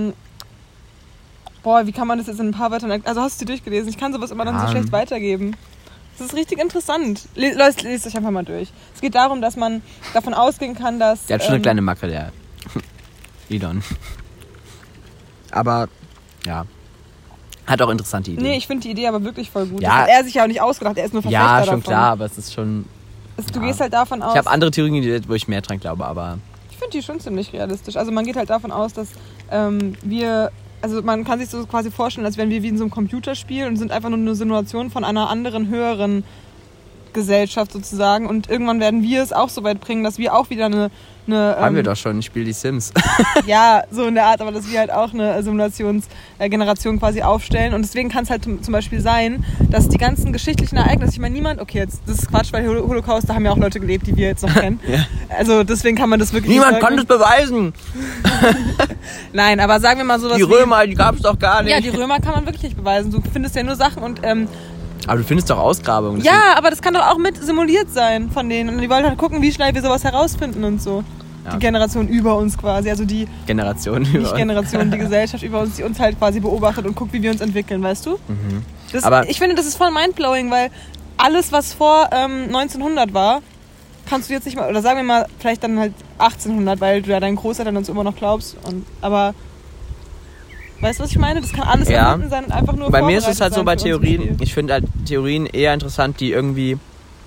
wie kann man das jetzt in ein paar Wörtern... Also hast du die durchgelesen? Ich kann sowas immer dann so schlecht weitergeben. Das ist richtig interessant. Lest euch einfach mal durch. Es geht darum, dass man davon ausgehen kann, dass... Der hat schon eine kleine Macke, der Elon. Aber, ja. Hat auch interessante Ideen. Nee, ich finde die Idee aber wirklich voll gut. Ja. Das hat er sich ja auch nicht ausgedacht, er ist nur Verfechter davon. Ja, schon klar, aber es ist schon... Du gehst halt davon aus... Ich habe andere Theorien, wo ich mehr dran glaube, aber... Ich finde die schon ziemlich realistisch. Also man geht halt davon aus, dass wir... Also man kann sich so quasi vorstellen, als wären wir wie in so einem Computerspiel und sind einfach nur eine Simulation von einer anderen, höheren Gesellschaft sozusagen. Und irgendwann werden wir es auch so weit bringen, dass wir auch wieder eine haben wir doch schon, ich spiele die Sims. Ja, so in der Art, aber dass wir halt auch eine Simulationsgeneration quasi aufstellen. Und deswegen kann es halt zum Beispiel sein, dass die ganzen geschichtlichen Ereignisse, ich meine, niemand, okay, jetzt das ist Quatsch, weil Holocaust, da haben ja auch Leute gelebt, die wir jetzt noch kennen. Ja. Also deswegen kann man das wirklich Niemand nicht kann das beweisen. Nein, aber sagen wir mal sowas Die Römer, die gab es doch gar nicht. Ja, die Römer kann man wirklich nicht beweisen. Du findest ja nur Sachen und... aber du findest doch Ausgrabungen. Ja, aber das kann doch auch mit simuliert sein von denen. Und die wollen halt gucken, wie schnell wir sowas herausfinden und so. Ja. Die Generation über uns quasi, also die... Generation über uns. Nicht Generation, die Gesellschaft über uns, die uns halt quasi beobachtet und guckt, wie wir uns entwickeln, weißt du? Mhm. Ich finde, das ist voll mindblowing, weil alles, was vor 1900 war, kannst du jetzt nicht mal... Oder sagen wir mal, vielleicht dann halt 1800, weil du ja deinen Großeltern und so immer noch glaubst. Aber... Weißt du, was ich meine? Das kann alles erfunden sein und einfach nur bei mir ist es halt so bei Theorien, ich finde halt Theorien eher interessant, die irgendwie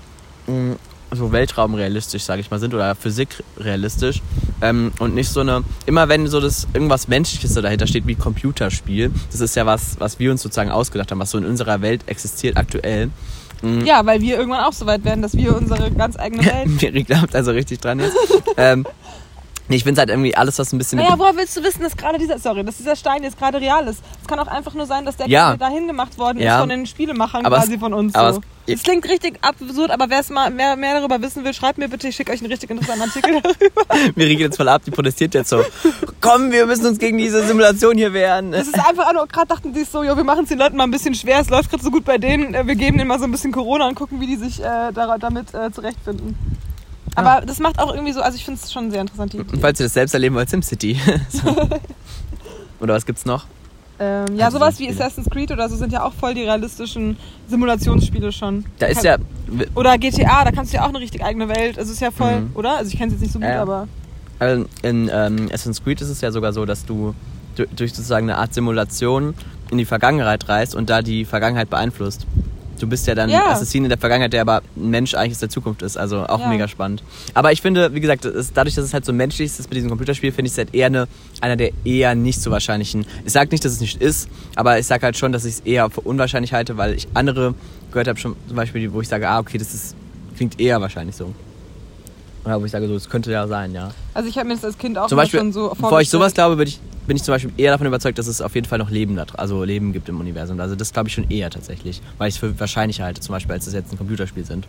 so weltraumrealistisch, sage ich mal, sind oder Physik realistisch und nicht so eine, immer wenn so das irgendwas Menschliches so dahinter steht wie Computerspiel, das ist ja was wir uns sozusagen ausgedacht haben, was so in unserer Welt existiert aktuell. Ja, weil wir irgendwann auch so weit werden, dass wir unsere ganz eigene Welt... Miri glaubt also richtig dran jetzt. Nee, ich finde es halt irgendwie alles, was ein bisschen... Naja, woher willst du wissen, dass dieser Stein jetzt gerade real ist? Es kann auch einfach nur sein, dass der dahin gemacht worden ist von den Spielemachern quasi von uns. So. Das klingt richtig absurd, aber wer es mal mehr darüber wissen will, schreibt mir bitte, ich schicke euch einen richtig interessanten Artikel darüber. Miri geht jetzt voll ab, die protestiert jetzt so. Komm, wir müssen uns gegen diese Simulation hier wehren. Das ist einfach nur, gerade dachten die so, wir machen es den Leuten mal ein bisschen schwer, es läuft gerade so gut bei denen, wir geben denen mal so ein bisschen Corona und gucken, wie die sich damit zurechtfinden. Aber das macht auch irgendwie so, also ich finde es schon sehr interessant. Und falls ihr das selbst erleben wollt, SimCity. So. Oder was gibt's noch? Ja, sowas wie Assassin's Creed oder so sind ja auch voll die realistischen Simulationsspiele schon. Da ist oder GTA, da kannst du ja auch eine richtig eigene Welt, also ist ja voll, oder? Also ich kenne es jetzt nicht so gut, aber... Also in Assassin's Creed ist es ja sogar so, dass du durch sozusagen eine Art Simulation in die Vergangenheit reist und da die Vergangenheit beeinflusst. Du bist ja dann Assassin in der Vergangenheit, der aber ein Mensch eigentlich aus der Zukunft ist. Also auch mega spannend. Aber ich finde, wie gesagt, dadurch, dass es halt so menschlich ist mit diesem Computerspiel, finde ich es halt eher einer der eher nicht so wahrscheinlichen. Ich sage nicht, dass es nicht ist, aber ich sage halt schon, dass ich es eher für unwahrscheinlich halte, weil ich andere gehört habe, schon zum Beispiel, wo ich sage, okay, klingt eher wahrscheinlich so. Oder wo ich sage, so, das könnte ja sein, ja. Also ich habe mir das als Kind auch zum Beispiel, schon so vorgestellt. Bevor ich sowas glaube, bin ich zum Beispiel eher davon überzeugt, dass es auf jeden Fall noch Leben gibt im Universum. Also das glaube ich schon eher tatsächlich, weil ich es für wahrscheinlicher halte, zum Beispiel, als es jetzt ein Computerspiel sind.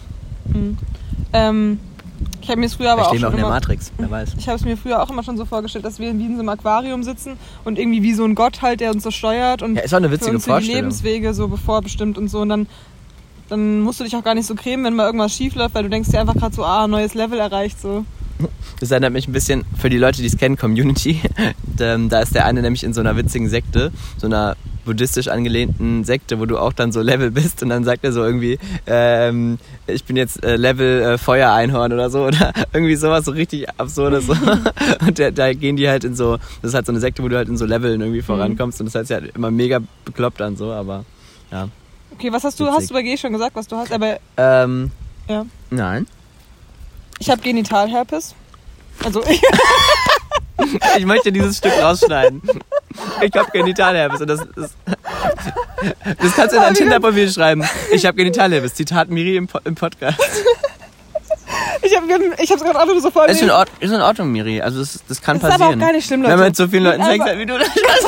Ich habe mir es früher aber auch leben schon auch in der Matrix, wer weiß. Ich habe es mir früher auch immer schon so vorgestellt, dass wir wie in so einem Aquarium sitzen und irgendwie wie so ein Gott halt, der uns so steuert und ist auch eine witzige für uns Vorstellung. Die Lebenswege so bevorbestimmt und so und dann musst du dich auch gar nicht so cremen, wenn mal irgendwas schief läuft, weil du denkst dir einfach gerade so, neues Level erreicht so. Das erinnert mich ein bisschen, für die Leute, die es kennen, Community. Da ist der eine nämlich in so einer witzigen Sekte, so einer buddhistisch angelehnten Sekte, wo du auch dann so Level bist und dann sagt er so irgendwie, ich bin jetzt Level Feuereinhorn oder so oder irgendwie sowas so richtig absurdes. So. Und da gehen die halt in so, das ist halt so eine Sekte, wo du halt in so Leveln irgendwie vorankommst und das heißt ja immer mega bekloppt an so, aber ja. Okay, was hast du bei G schon gesagt, was du hast? Aber ja. Nein. Ich habe Genitalherpes. Also ich möchte dieses Stück rausschneiden. Ich habe Genitalherpes und das kannst du in dein Tinder-Profil schreiben. Ich habe Genitalherpes. Zitat Miri im Podcast. Ich hab's gerade einfach nur so vorgelesen. Ist in Ordnung, Miri. Also das kann passieren. Das ist aber auch gar nicht schlimm, Leute. Wenn man mit so vielen Leuten Sex hat wie du.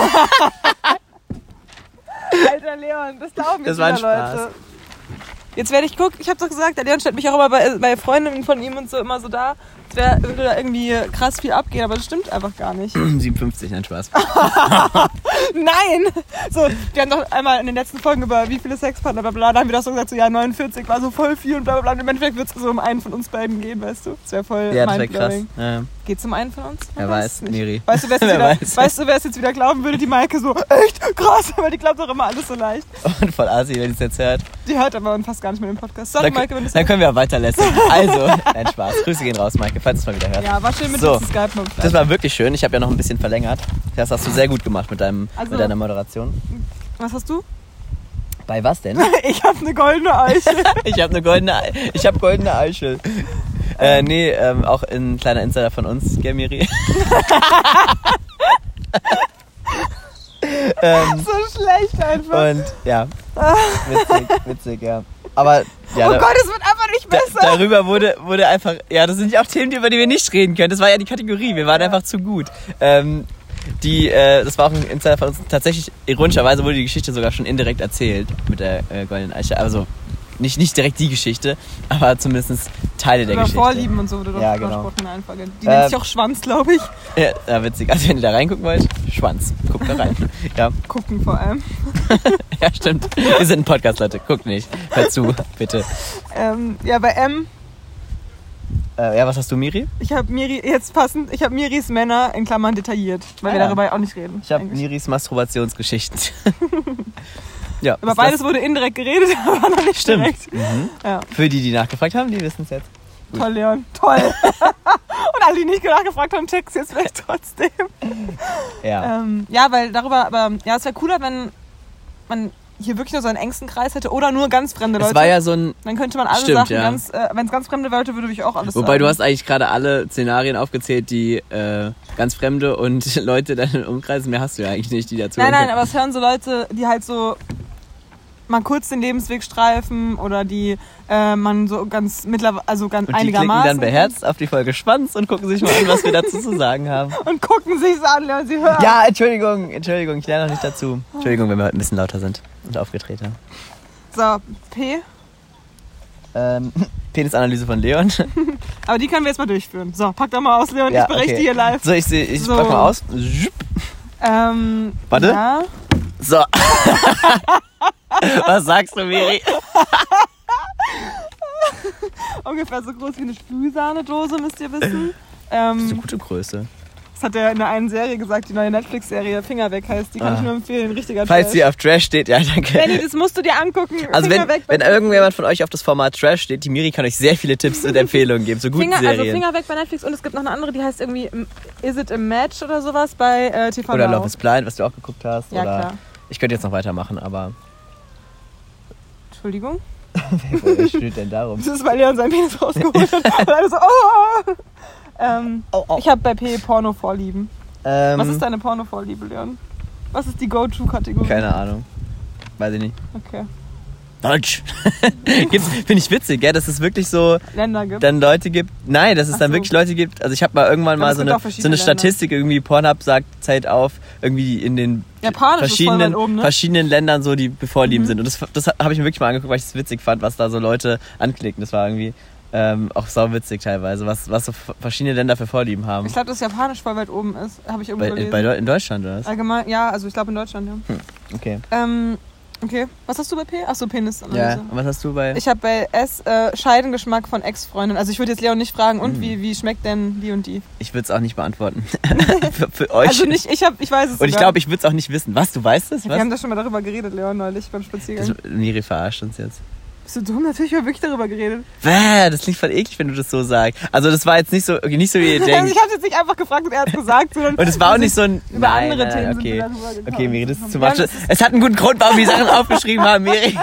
Alter Leon, das glauben das war ein Spaß. Leute. Jetzt werde ich gucken, ich habe doch gesagt, der Leon stellt mich auch immer bei Freundinnen von ihm und so immer so da, als würde da irgendwie krass viel abgehen, aber das stimmt einfach gar nicht. 57, nein, Spaß. Nein! So, wir haben doch einmal in den letzten Folgen über wie viele Sexpartner, bla bla, da haben wir doch so gesagt, so 49 war so voll viel und bla bla bla. Im Endeffekt wird es so um einen von uns beiden gehen, weißt du? Das wäre voll mindblowing. Ja. Geht's um einen von uns? Wer weiß, Miri. Weißt du, wer es jetzt wieder glauben würde? Die Maike so, echt krass, weil die glaubt doch immer alles so leicht. Und voll assi, wenn die es jetzt hört. Die hört aber fast gar nicht mehr im Podcast. Sorry, Maike, wenn du dann können wir weiter lästern. Also, nein, Spaß. Grüße gehen raus, Maike, falls du es mal wieder hörst. Ja, war schön mit dir zu skypen. Das war wirklich schön. Ich habe ja noch ein bisschen verlängert. Das hast du sehr gut gemacht mit deiner Moderation. Was hast du? Bei was denn? Ich habe eine goldene Eichel. Ich habe goldene Eichel. Auch ein kleiner Insider von uns, gell, Miri? So schlecht einfach. Und ja, witzig, ja. Aber ja. Oh Gott, es wird einfach nicht besser. Darüber wurde einfach, ja, das sind ja auch Themen, über die wir nicht reden können. Das war ja die Kategorie, wir waren einfach zu gut. Das war auch ein Insider von uns. Tatsächlich, ironischerweise wurde die Geschichte sogar schon indirekt erzählt mit der goldenen Eiche. Also nicht direkt die Geschichte, aber zumindest Teile der Geschichte. Vorlieben und so wurde doch gesprochen einfach. Die nennt sich auch Schwanz, glaube ich. Ja, witzig. Also wenn ihr da reingucken wollt, Schwanz. Guckt da rein. Ja. Gucken vor allem. Ja, stimmt. Wir sind ein Podcast, Leute. Guckt nicht. Hört zu, bitte. Bei M. Was hast du, Miri? Ich habe Miris Männer in Klammern detailliert, weil wir darüber auch nicht reden. Ich habe Miris Masturbationsgeschichten. Ja, über beides wurde indirekt geredet, aber noch nicht direkt. Mhm. Ja. Für die nachgefragt haben, die wissen es jetzt. Gut. Toll, Leon, toll. Und alle, die nicht nachgefragt haben, checken es jetzt vielleicht trotzdem. Ja. Weil darüber, aber ja, es wäre cooler, wenn man hier wirklich nur so einen engsten Kreis hätte oder nur ganz fremde Leute. Es war ja so ein... Dann könnte man alle Sachen wenn es ganz fremde Leute würde ich auch alles Wobei, du hast eigentlich gerade alle Szenarien aufgezählt, die ganz fremde und Leute dann im Umkreis, mehr hast du ja eigentlich nicht, die dazu... Nein, aber es hören so Leute, die halt so mal kurz den Lebensweg streifen oder die man so ganz mittlerweile, also ganz und einigermaßen... Die klicken dann beherzt auf die Folge Schwanz und gucken sich mal an, was wir dazu zu sagen haben. Und gucken sich's an, und sie hören. Ja, Entschuldigung, ich lerne noch nicht dazu. Entschuldigung, wenn wir heute ein bisschen lauter sind und aufgedrehter. So, P. Penisanalyse von Leon. Aber die können wir jetzt mal durchführen. So, pack doch mal aus, Leon, ich berichte hier live. So, ich pack mal aus. Warte. Ja. So. Was sagst du, Miri? Ungefähr so groß wie eine Sprühsahnedose, müsst ihr wissen. Das ist eine gute Größe. Das hat er in der einen Serie gesagt, die neue Netflix-Serie Finger weg heißt. Die kann ich nur empfehlen, richtiger Falls Trash. sie auf Trash steht, ja, danke. Benni, das musst du dir angucken. Also wenn irgendjemand von euch auf das Format Trash steht, die Miri kann euch sehr viele Tipps und Empfehlungen geben, so guten Serien. Also Finger weg bei Netflix und es gibt noch eine andere, die heißt irgendwie Is It a Match oder sowas bei TV Oder Now. Love is Blind, was du auch geguckt hast. Ja, oder klar. Ich könnte jetzt noch weitermachen, aber... Entschuldigung? Wer steht denn darum? Das ist, weil Leon seinen Penis rausgeholt hat. Und alle so, Ich habe bei P Porno-Vorlieben. Was ist deine Porno-Vorliebe, Leon? Was ist die Go-To-Kategorie? Keine Ahnung. Weiß ich nicht. Okay. Deutsch. Finde ich witzig, gell? Dass es wirklich so Länder gibt. Dann Leute gibt. Nein, dass es dann wirklich Leute gibt. Also ich habe mal irgendwann mal so eine Statistik, irgendwie Pornhub sagt Zeit auf, irgendwie in den verschiedenen Ländern so, die Vorlieben sind. Und das habe ich mir wirklich mal angeguckt, weil ich es witzig fand, was da so Leute anklicken. Das war irgendwie auch sauwitzig teilweise, was so verschiedene Länder für Vorlieben haben. Ich glaube, dass Japanisch voll weit oben ist. Habe ich irgendwo gelesen. In Deutschland, oder was? Allgemein, ja, also ich glaube in Deutschland, ja. Okay. Okay, was hast du bei P? Achso, Penisanalyse. Ja, und was hast du bei... Ich habe bei S Scheidengeschmack von Ex-Freundin. Also ich würde jetzt Leon nicht fragen, und wie schmeckt denn die und die? Ich würde es auch nicht beantworten. für euch. Also nicht, ich weiß es und ich glaube, ich würde es auch nicht wissen. Was, du weißt es? Wir haben da schon mal darüber geredet, Leon, neulich beim Spaziergang. Miri verarscht uns jetzt. Bist du dumm? Natürlich haben wir wirklich darüber geredet. Das klingt voll eklig, wenn du das so sagst. Also das war jetzt nicht so wie ihr denkt. Also ich habe jetzt nicht einfach gefragt und er hat gesagt. Und es war auch nicht so ein... Über andere Themen sind wir darüber gekommen. Okay, Miri, das ist zu much. Es hat einen guten Grund, warum wir die Sachen aufgeschrieben haben, Miri.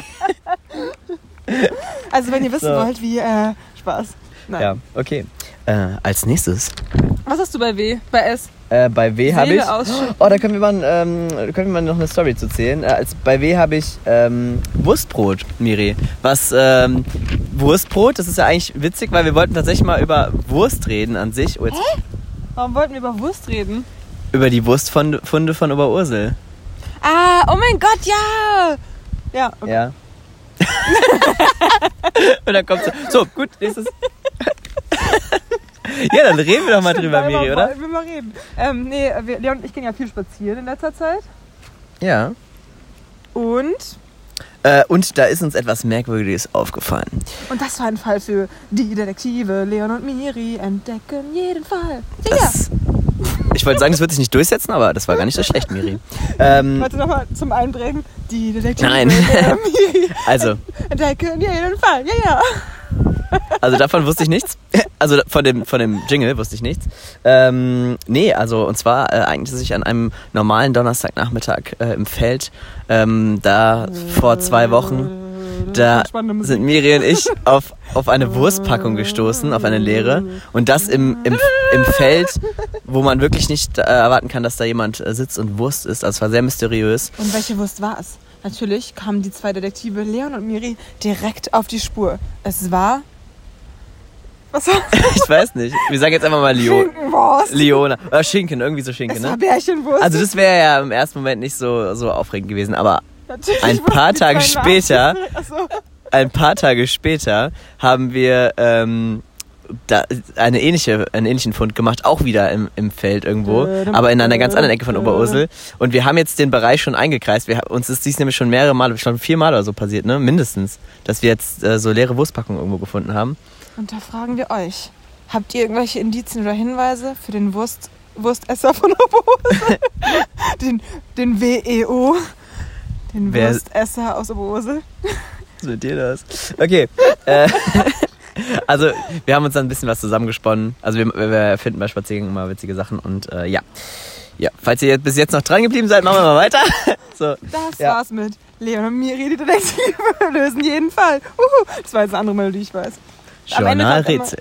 Also wenn ihr wissen wollt, wie... Spaß. Nein. Ja, okay. Als nächstes... Was hast du bei W? Bei S? Bei W habe ich... da können wir mal noch eine Story zu zählen. Bei W habe ich Wurstbrot, Miri. Wurstbrot, das ist ja eigentlich witzig, weil wir wollten tatsächlich mal über Wurst reden an sich. Hä? Warum wollten wir über Wurst reden? Über die Wurstfunde von Oberursel. Ah, oh mein Gott, ja! Ja, okay. Ja. Und dann kommt so, gut, nächstes... Ja, dann reden wir doch mal drüber, Miri, oder? Ich will mal reden. Leon und ich gehen ja viel spazieren in letzter Zeit. Ja. Und da ist uns etwas Merkwürdiges aufgefallen. Und das war ein Fall für die Detektive. Leon und Miri entdecken jeden Fall. Ja. Ich wollte sagen, das wird sich nicht durchsetzen, aber das war gar nicht so schlecht, Miri. Warte nochmal zum Einprägen. Die Detektive. Nein. Miri. Also. Entdecken jeden Fall. Ja. Also davon wusste ich nichts. Also von dem Jingle wusste ich nichts. Nee, also und zwar eigentlich sich an einem normalen Donnerstagnachmittag im Feld, da vor 2 Wochen, da sind Miri und ich auf eine Wurstpackung gestoßen, auf eine leere. Und das im Feld, wo man wirklich nicht erwarten kann, dass da jemand sitzt und Wurst isst. Also es war sehr mysteriös. Und welche Wurst war es? Natürlich kamen die 2 Detektive Leon und Miri direkt auf die Spur. Es war... Was war das? Ich weiß nicht. Wir sagen jetzt einfach mal Schinkenwurst. Leona. Oder Schinken, irgendwie so Schinken, Es ne? war Bärchenwurst. Also das wäre ja im ersten Moment nicht so aufregend gewesen, aber Natürlich ein paar wurden die Tage 2 später, Achso. ein paar Tage später haben wir da einen ähnlichen Fund gemacht, auch wieder im Feld irgendwo, aber in einer ganz anderen Ecke von Oberursel. Und wir haben jetzt den Bereich schon eingekreist. Uns ist dies nämlich schon mehrere Male, schon 4 Mal oder so passiert, ne? Mindestens, dass wir jetzt so leere Wurstpackungen irgendwo gefunden haben. Und da fragen wir euch, habt ihr irgendwelche Indizien oder Hinweise für den Wurstesser von Oberursel? den WEO, den Wurstesser aus Oberursel? Was ist mit dir das? Okay, also wir haben uns dann ein bisschen was zusammengesponnen. Also wir finden bei Spaziergängen immer witzige Sachen und ja, falls ihr bis jetzt noch dran geblieben seid, machen wir mal weiter. So, das war's mit Leon und Miri, die Detektive lösen jeden Fall. Das war jetzt eine andere Melodie, ich weiß. Journalrätsel.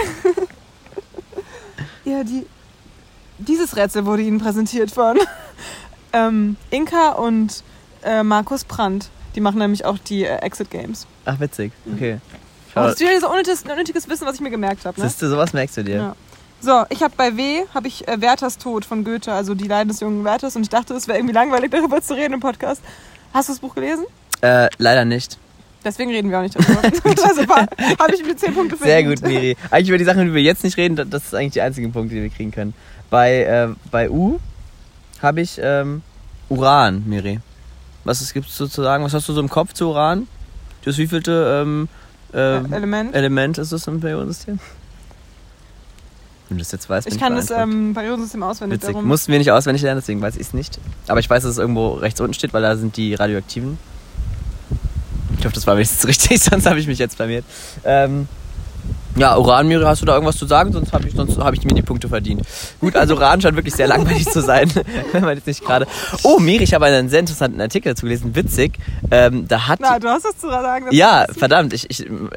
Ja, dieses Rätsel wurde Ihnen präsentiert von Inka und Markus Brandt. Die machen nämlich auch die Exit Games. Ach, witzig. Okay. Das ist wieder so unnötiges Wissen, was ich mir gemerkt habe. Ne? Siehst du, sowas merkst du dir. Ja. So, ich habe bei W. Werthers Tod von Goethe, also die Leiden des jungen Werthers. Und ich dachte, es wäre irgendwie langweilig, darüber zu reden im Podcast. Hast du das Buch gelesen? Leider nicht. Deswegen reden wir auch nicht darüber. Also habe ich mir 10 Punkte verdient. Sehr gut, Miri. Eigentlich über die Sachen, die wir jetzt nicht reden, das ist eigentlich die einzigen Punkte, die wir kriegen können. Bei U habe ich Uran, Miri. Was gibt's so zu sagen? Was hast du so im Kopf zu Uran? Das wievielte Element ist das im Periodensystem? Wenn du das jetzt weißt, bin ich kann das Periodensystem auswendig. Witzig. Mussten wir nicht auswendig lernen, deswegen weiß ich es nicht. Aber ich weiß, dass es irgendwo rechts unten steht, weil da sind die Radioaktiven. Ich hoffe, das war wenigstens richtig, sonst habe ich mich jetzt blamiert. Ja, Uran, Miri, hast du da irgendwas zu sagen? Sonst habe ich mir die Punkte verdient. Gut, also Uran scheint wirklich sehr langweilig zu sein, wenn man jetzt nicht gerade... Oh, Miri, ich habe einen sehr interessanten Artikel dazu gelesen, witzig. Da hat... Na, du hast was zu sagen. Ja, verdammt, ich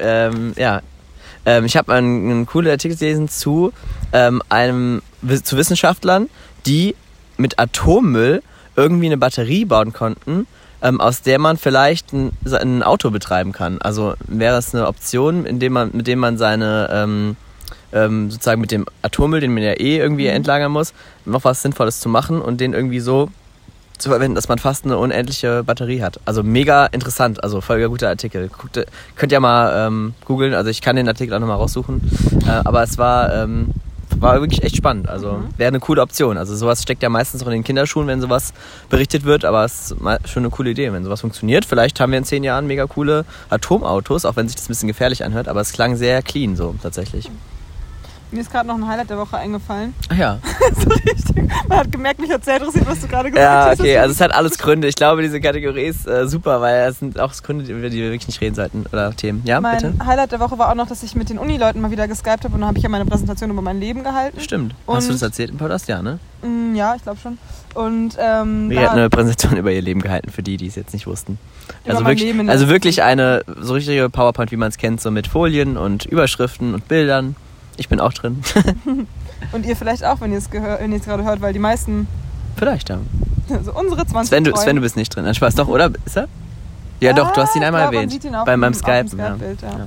habe einen coolen Artikel gelesen zu Wissenschaftlern, die mit Atommüll irgendwie eine Batterie bauen konnten, aus der man vielleicht ein Auto betreiben kann. Also wäre es eine Option, mit dem man seine sozusagen mit dem Atommüll, den man ja irgendwie entlagern muss, noch was Sinnvolles zu machen und den irgendwie so zu verwenden, dass man fast eine unendliche Batterie hat. Also mega interessant, also voll guter Artikel. Könnt ihr mal googeln, also ich kann den Artikel auch nochmal raussuchen. Aber es war wirklich echt spannend, also wäre eine coole Option. Also sowas steckt ja meistens auch in den Kinderschuhen, wenn sowas berichtet wird, aber es ist schon eine coole Idee, wenn sowas funktioniert. Vielleicht haben wir in 10 Jahren mega coole Atomautos, auch wenn sich das ein bisschen gefährlich anhört, aber es klang sehr clean so tatsächlich. Mir ist gerade noch ein Highlight der Woche eingefallen. Ach ja. So richtig. Man hat gemerkt, mich hat sehr interessiert, was du gerade gesagt hast. Ja, okay, also es hat alles Gründe. Ich glaube, diese Kategorie ist super, weil es sind auch Gründe, über die wir wirklich nicht reden sollten. Oder Themen. Ja, mein bitte? Highlight der Woche war auch noch, dass ich mit den Uni-Leuten mal wieder geskypt habe und dann habe ich ja meine Präsentation über mein Leben gehalten. Stimmt. Hast du das erzählt im Podcast? Ja, ne? Ja, ich glaube schon. Und Miri hat eine Präsentation über ihr Leben gehalten, für die es jetzt nicht wussten. Also wirklich eine so richtige PowerPoint, wie man es kennt, so mit Folien und Überschriften und Bildern. Ich bin auch drin. Und ihr vielleicht auch, wenn ihr es gerade hört, weil die meisten... Vielleicht, ja. Also unsere 20 Sven, du bist nicht drin. Spaß, doch, oder? Ist er? Ja, doch, du hast ihn einmal erwähnt. Man sieht ihn auch beim Skype. Skype-Bild, ja.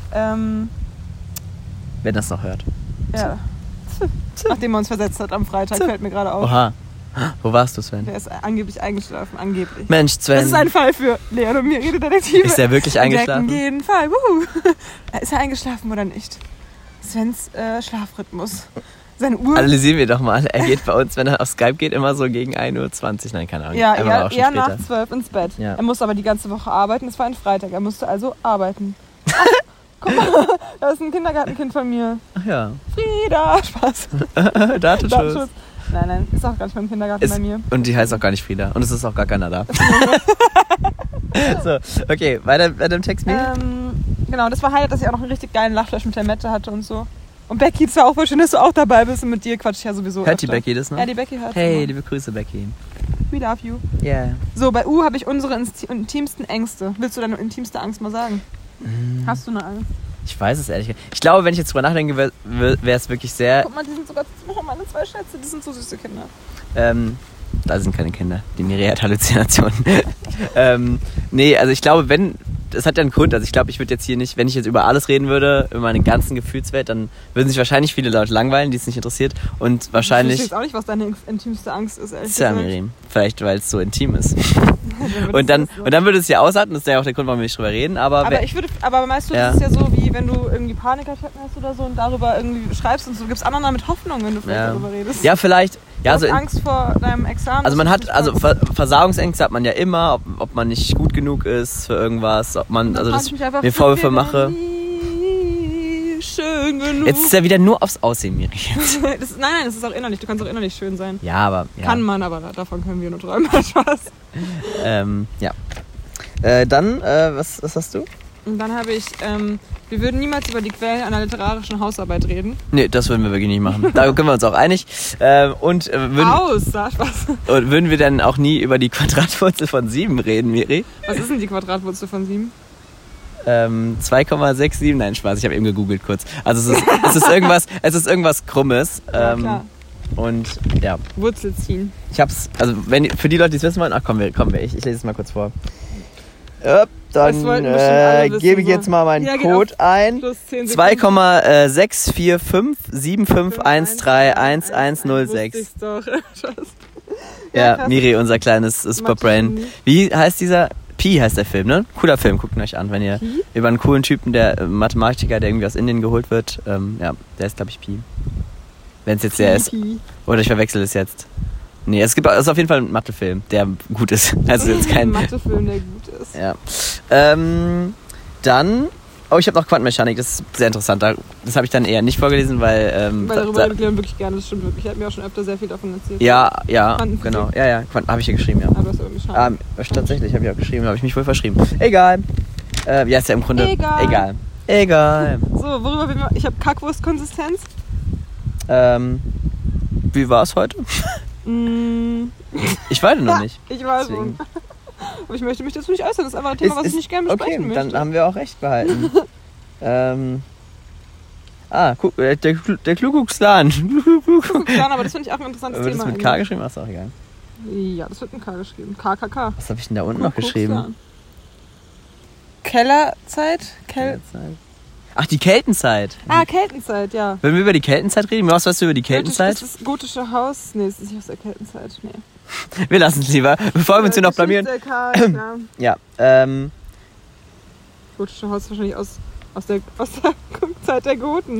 Wenn das noch hört. Ja. Nachdem er uns versetzt hat am Freitag, fällt mir gerade auf. Oha. Wo warst du, Sven? Der ist angeblich eingeschlafen, angeblich. Mensch, Sven. Das ist ein Fall für Leon und Miri, Detektive. Ist er wirklich eingeschlafen? In jeden Fall. Ist er eingeschlafen oder nicht? Svens Schlafrhythmus. Seine Uhr. Analysieren wir doch mal. Er geht bei uns, wenn er auf Skype geht, immer so gegen 1:20 Uhr. Nein, keine Ahnung. Ja, eher nach 12 ins Bett. Ja. Er musste aber die ganze Woche arbeiten. Es war ein Freitag. Er musste also arbeiten. Ach, guck mal, da ist ein Kindergartenkind von mir. Ach ja. Frieda. Spaß. Datenschutz. Nein, ist auch gar nicht beim Kindergarten bei mir. Und die heißt auch gar nicht Frieda. Und es ist auch gar keiner da. So, okay, weiter im Text. Genau, das war halt, dass ich auch noch einen richtig geilen Lachflash mit der Mette hatte und so. Und Becky, es war auch voll schön, dass du auch dabei bist und mit dir quatsch ich ja sowieso Hört die Becky das noch? Ja, die Becky hört Hey, immer. liebe Grüße, Becky. We love you. Yeah. So, bei U habe ich unsere intimsten Ängste. Willst du deine intimste Angst mal sagen? Hast du eine Angst? Ich weiß es ehrlich gesagt. Ich glaube, wenn ich jetzt drüber nachdenke, wäre es wirklich sehr... Guck mal, die sind sogar meine 2 Schätze, die sind so süße Kinder. Da sind keine Kinder. Die Miri hat Halluzinationen. Nee, also ich glaube, das hat ja einen Grund. Also ich glaube, ich würde jetzt hier nicht, wenn ich jetzt über alles reden würde, über meine ganzen Gefühlswelt, dann würden sich wahrscheinlich viele Leute langweilen, die es nicht interessiert. Und wahrscheinlich... Ich weiß auch nicht, was deine intimste Angst ist, ehrlich Tja, gesagt. Miri. Vielleicht, weil es so intim ist. Und dann würde es ja ausatmen, das ist ja auch der Grund, warum wir nicht drüber reden. Aber meinst du, das ist ja so, wie wenn du irgendwie Panikattacken hast oder so und darüber irgendwie schreibst und so. Du gibst anderen damit Hoffnung, wenn du vielleicht darüber redest. Ja, vielleicht. Ja, du hast Angst vor deinem Examen. Also man hat, Versagungsängste hat man ja immer, ob man nicht gut genug ist für irgendwas, ob man, also dass ich mir Vorwürfe mache. Schön genug. Jetzt ist ja wieder nur aufs Aussehen, Miri. Nein, das ist auch innerlich. Du kannst auch innerlich schön sein. Ja, aber... Ja. Kann man, aber davon können wir nur träumen. Spaß. Ja. Dann, was hast du? Und dann habe ich, wir würden niemals über die Quellen einer literarischen Hausarbeit reden. Nee, das würden wir wirklich nicht machen. Da können wir uns auch einig. Und würden wir dann auch nie über die Quadratwurzel von 7 reden, Miri? Was ist denn die Quadratwurzel von 7? 2,67, nein, Spaß, ich habe eben gegoogelt kurz. Also es ist irgendwas Krummes. Ja, klar. Und ja. Wurzel ziehen. Ich hab's, also für die Leute, die es wissen wollen, ich lese es mal kurz vor. Dann gebe ich jetzt mal meinen Code ein. 2,64575131106. Ja, Miri, unser kleines Superbrain. Wie heißt dieser? Pi heißt der Film, ne? Cooler Film, guckt ihn euch an, wenn ihr über einen coolen Typen, der Mathematiker, der irgendwie aus Indien geholt wird. Ja, der ist, glaube ich, Pi. Wenn es jetzt der ist. Oder ich verwechsel es jetzt. Nee, es ist auf jeden Fall ein Mathefilm, der gut ist. Also jetzt kein Mathefilm, der gut ist. Ja. Dann... Oh, ich habe noch Quantenmechanik, das ist sehr interessant. Das habe ich dann eher nicht vorgelesen, weil... weil darüber reden wir wirklich gerne, das stimmt wirklich. Ich habe mir auch schon öfter sehr viel davon erzählt. Ja, genau. Ja, habe ich ja geschrieben, ja. Aber das ist irgendwie schade. Tatsächlich, habe ich auch geschrieben, habe ich mich wohl verschrieben. Egal. Ja, ist ja im Grunde... Egal. So, worüber will ich habe Kackwurstkonsistenz. Wie war es heute? Ich weiß noch nicht. Ich weiß schon. Aber ich möchte mich dazu nicht äußern. Das ist einfach ein Thema, was ich nicht gerne besprechen möchte. Dann haben wir auch recht behalten. Guck, der Kluguksklan. Kluguksklan, aber das finde ich auch ein interessantes Thema. Wird das mit K geschrieben? Ach, ist auch egal. Ja, das wird mit K geschrieben. KKK. Was habe ich denn da unten noch geschrieben? Kellerzeit? Ach, die Keltenzeit. Keltenzeit, ja. Wenn wir über die Keltenzeit reden, was weißt du über die Keltenzeit? Das ist gotische Haus. Nee, das ist nicht aus der Keltenzeit. Nee. Wir lassen es lieber, bevor wir uns hier noch blamieren. Ja, gotische Haus wahrscheinlich aus der Zeit der Goten.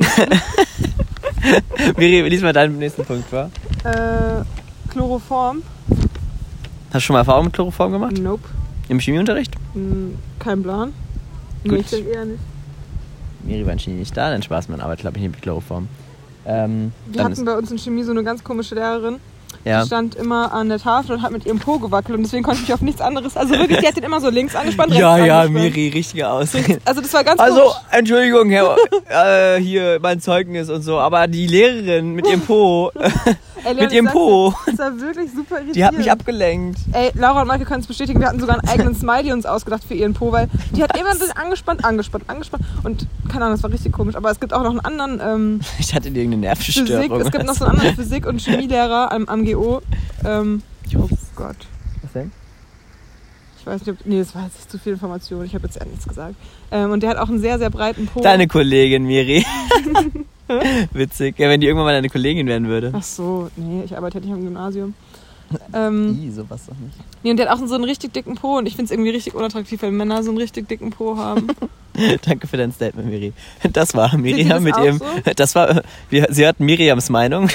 Miri, lies mal deinen nächsten Punkt vor. Chloroform. Hast du schon mal Erfahrung mit Chloroform gemacht? Nope. Im Chemieunterricht? Kein Plan. Gut. Nee, ich denke eher nicht. Miri war nicht da, dann Spaß mit Arbeit, glaube ich, nicht mit Chloroform. Wir hatten bei uns in Chemie so eine ganz komische Lehrerin. Ja. Die stand immer an der Tafel und hat mit ihrem Po gewackelt und deswegen konnte ich mich auf nichts anderes... Also wirklich, die hat den immer so links angespannt, rechts angespannt. Miri, richtige Ausrede. Also das war ganz komisch. Entschuldigung, Herr, hier mein Zeugnis und so, aber die Lehrerin mit ihrem Po... mit ihrem Po. Das war wirklich super irritierend. Die hat mich abgelenkt. Ey, Laura und Maike können es bestätigen, wir hatten sogar einen eigenen Smiley uns ausgedacht für ihren Po, weil die hat immer so angespannt und keine Ahnung, das war richtig komisch. Aber es gibt auch noch einen anderen... ich hatte irgendeine Nervenstörung. Es gibt noch so einen anderen Physik- und Chemielehrer am GO. Oh Gott. Was denn? Ich weiß nicht, das war jetzt nicht zu viel Information. Ich habe jetzt eher nichts gesagt. Und der hat auch einen sehr, sehr breiten Po. Deine Kollegin, Miri. Witzig. Ja, wenn die irgendwann mal deine Kollegin werden würde. Ach so, nee, ich arbeite halt nicht am Gymnasium. Sowas doch nicht. Nee, und der hat auch so einen richtig dicken Po und ich finde es irgendwie richtig unattraktiv, wenn Männer so einen richtig dicken Po haben. Danke für dein Statement, Miri. Das war Miriam mit ihrem... So? Das war... Sie hatten Miriams Meinung.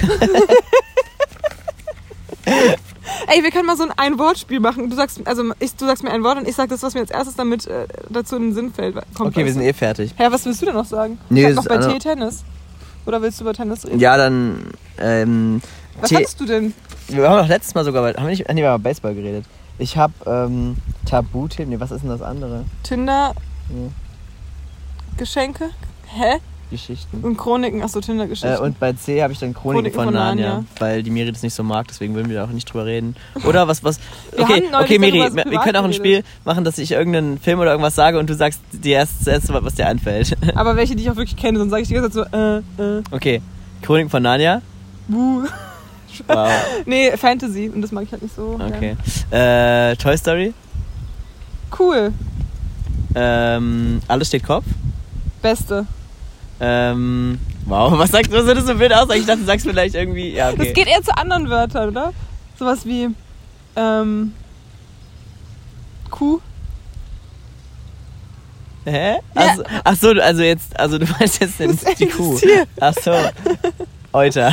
Ey, wir können mal so ein Wortspiel machen. Du sagst mir ein Wort und ich sag das, was mir als erstes damit dazu in den Sinn fällt. Okay, wir sind eh fertig. Ja, was willst du denn noch sagen? Nee, ich hab noch bei Tennis. Oder willst du über Tennis reden? Ja, dann Was hattest du denn? Wir haben doch letztes Mal sogar, haben wir nicht, wir haben über Baseball geredet. Ich habe Tabuthemen, was ist denn das andere? Tinder, Ja. Geschenke, hä? Geschichten. Und Chroniken, achso, Tinder-Geschichten. Und bei C habe ich dann Chroniken von Narnia, weil die Miri das nicht so mag, deswegen würden wir da auch nicht drüber reden. Oder was? Okay, Miri, wir können auch ein Spiel machen, dass ich irgendeinen Film oder irgendwas sage und du sagst dir zuerst, was dir einfällt. Aber welche, die ich auch wirklich kenne, sonst sage ich die ganze Zeit so, Okay, Chroniken von Narnia. Buh. Wow. Nee, Fantasy, und das mag ich halt nicht so. Okay. Toy Story. Cool. Alles steht Kopf. Beste. Wow, was sieht das so wild aus? Ich dachte, du sagst vielleicht irgendwie, ja, okay. Das geht eher zu anderen Wörtern, oder? Sowas wie, Kuh. Hä? Ja. Also du meinst jetzt die Kuh. Tier. Ach so. Euter.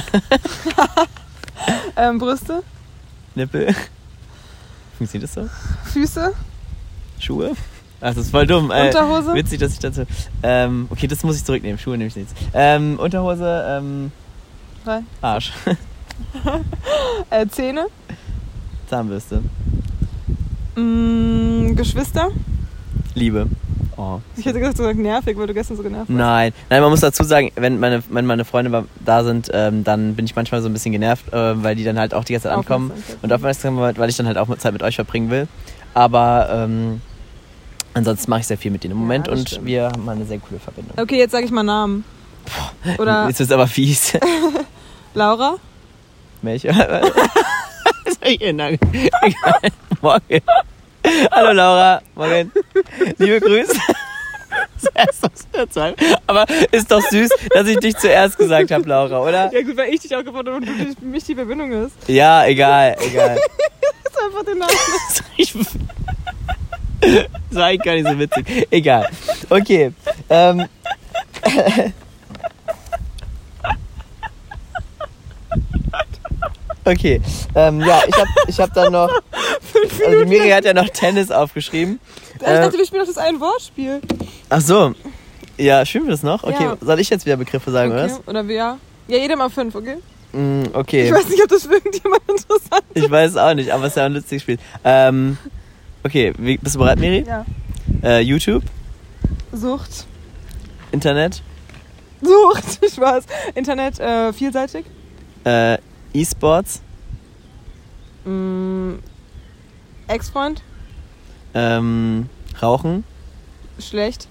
Brüste. Nippel. Funktioniert das so? Füße. Schuhe? Ach, das ist voll dumm. Unterhose. Witzig, dass ich dazu... okay, das muss ich zurücknehmen. Schuhe nehme ich nicht. Unterhose, 3. Arsch. Zähne. Zahnbürste. Geschwister. Liebe. Oh. Ich hätte gesagt nervig, weil du gestern so genervt warst. Nein, man muss dazu sagen, wenn meine Freunde da sind, dann bin ich manchmal so ein bisschen genervt, weil die dann halt auch die ganze Zeit ankommen und Aufmerksamkeit, weil ich dann halt auch Zeit mit euch verbringen will. Aber ansonsten mache ich sehr viel mit denen im Moment und stimmt. Wir haben eine sehr coole Verbindung. Okay, jetzt sage ich mal Namen. Oder jetzt ist aber fies. Laura. Welche? Morgen. Hallo Laura, morgen. Liebe Grüße. Aber ist doch süß, dass ich dich zuerst gesagt habe, Laura, oder? Ja gut, weil ich dich auch gefordert habe und du für mich die Verbindung ist. Ja, egal. Das ist einfach den Namen. Das war eigentlich gar nicht so witzig. Egal. Okay. Okay. Ja, ich hab dann noch... Also die Miri hat ja noch Tennis aufgeschrieben. Ich dachte, wir spielen noch das ein Wortspiel. Ach so. Ja, spielen wir das noch? Okay, Ja. Soll ich jetzt wieder Begriffe sagen, Okay. oder was? Oder wer? Ja, jeder mal 5, okay? Okay. Ich weiß nicht, ob das für irgendjemand interessant ist. Ich weiß es auch nicht, aber es ist ja ein lustiges Spiel. Okay, bist du bereit, Miri? Ja. YouTube? Sucht. Internet? Sucht, Spaß. Internet, vielseitig. E-Sports? Ex-Freund. Rauchen? Schlecht.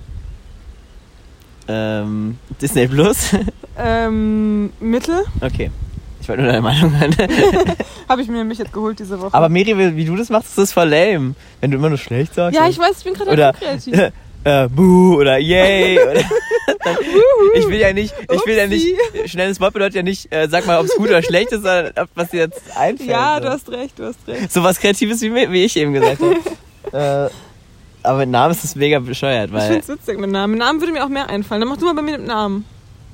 Disney Plus? Mittel. Okay. Ich wollte nur deine Meinung hören. Habe ich mir nämlich jetzt geholt diese Woche. Aber Miri, wie du das machst, ist das voll lame. Wenn du immer nur schlecht sagst. Ja, ich weiß, ich bin gerade oder kreativ. Buh oder yay. Oder ich will ja nicht, schnelles Wort bedeutet ja nicht, sag mal, ob es gut oder schlecht ist, sondern was dir jetzt einfällt. Ja, so. du hast recht. So was Kreatives, wie ich eben gesagt habe. Aber mit Namen ist das mega bescheuert, weil... Ich find's witzig mit Namen. Mit Namen würde mir auch mehr einfallen. Dann mach du mal bei mir mit Namen.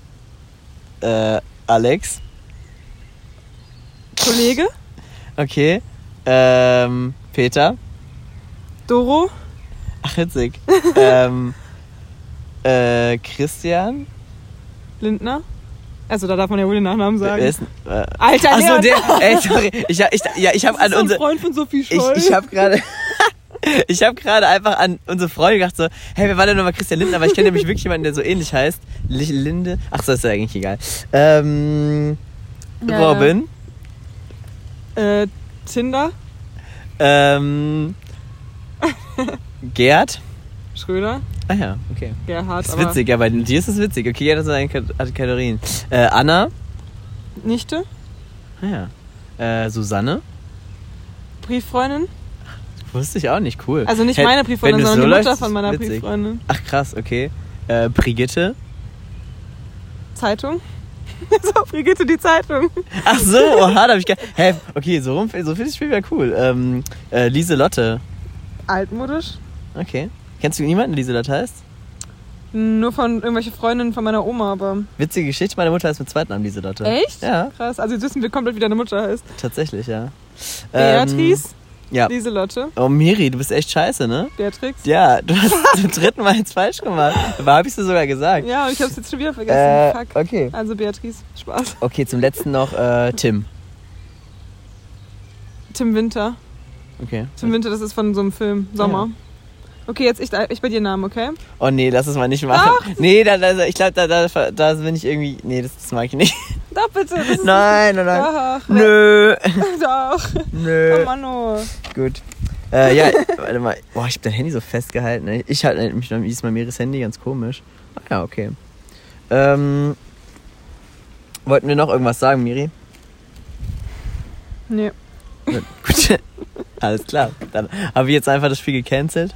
Alex. Kollege. Okay. Peter. Doro. Ach, witzig. Christian. Lindner. Also da darf man ja wohl den Nachnamen sagen. Ist, Alter, achso, der. Sorry. Ich habe an unsere... Freund von Sophie Scholl. Ich habe gerade... Ich habe gerade einfach an unsere Freunde gedacht so, hey, wer war denn nochmal Christian Lindner? Weil ich kenne nämlich wirklich jemanden, der so ähnlich heißt. Linde? Ach so, ist ja eigentlich egal. Robin. Tinder. Gerd. Schröder. Ah ja, okay. Gerhard, das ist witzig, ja, bei dir ist es witzig. Okay, Gerd hat Kalorien. Anna. Nichte. Ah ja. Susanne. Brieffreundin. Wusste ich auch nicht, cool. Also nicht meine Brieffreundin, sondern die Mutter von meiner witzig. Brieffreundin. Ach krass, okay. Brigitte. Zeitung. So, Brigitte die Zeitung. Ach so, oha, da hab ich gar... Hä, okay, so finde ich das Spiel wäre cool. Lieselotte. Altmodisch. Okay. Kennst du niemanden, der Lieselotte heißt? Nur von irgendwelchen Freundinnen von meiner Oma, aber... Witzige Geschichte, meine Mutter heißt mit zweiten Namen Lieselotte. Echt? Ja. Krass, also jetzt wissen wir komplett, wie deine Mutter heißt. Tatsächlich, ja. Beatrice. Ja. Lieselotte. Oh, Miri, du bist echt scheiße, ne? Beatrix. Ja, du hast zum dritten Mal jetzt falsch gemacht. Aber hab ich dir sogar gesagt. Ja, und ich hab's jetzt schon wieder vergessen. Fuck. Okay. Also Beatrice, Spaß. Okay, zum letzten noch Tim. Tim Winter. Okay. Tim Winter, das ist von so einem Film, Sommer. Ja. Okay, jetzt ich bei dir Namen, okay? Oh nee, lass es mal nicht machen. Ach. Nee, ich glaube, da bin ich irgendwie... Nee, das mag ich nicht. Doch, bitte. Nein. Doch. Nö. Doch. Nö. Oh Mann, oh. Gut. Ja, warte mal. Boah, ich hab dein Handy so festgehalten. Ey. Ich halte mich dann diesmal Miris Handy, ganz komisch. Ah ja, okay. Wollten wir noch irgendwas sagen, Miri? Nee. Gut. Alles klar. Dann habe ich jetzt einfach das Spiel gecancelt.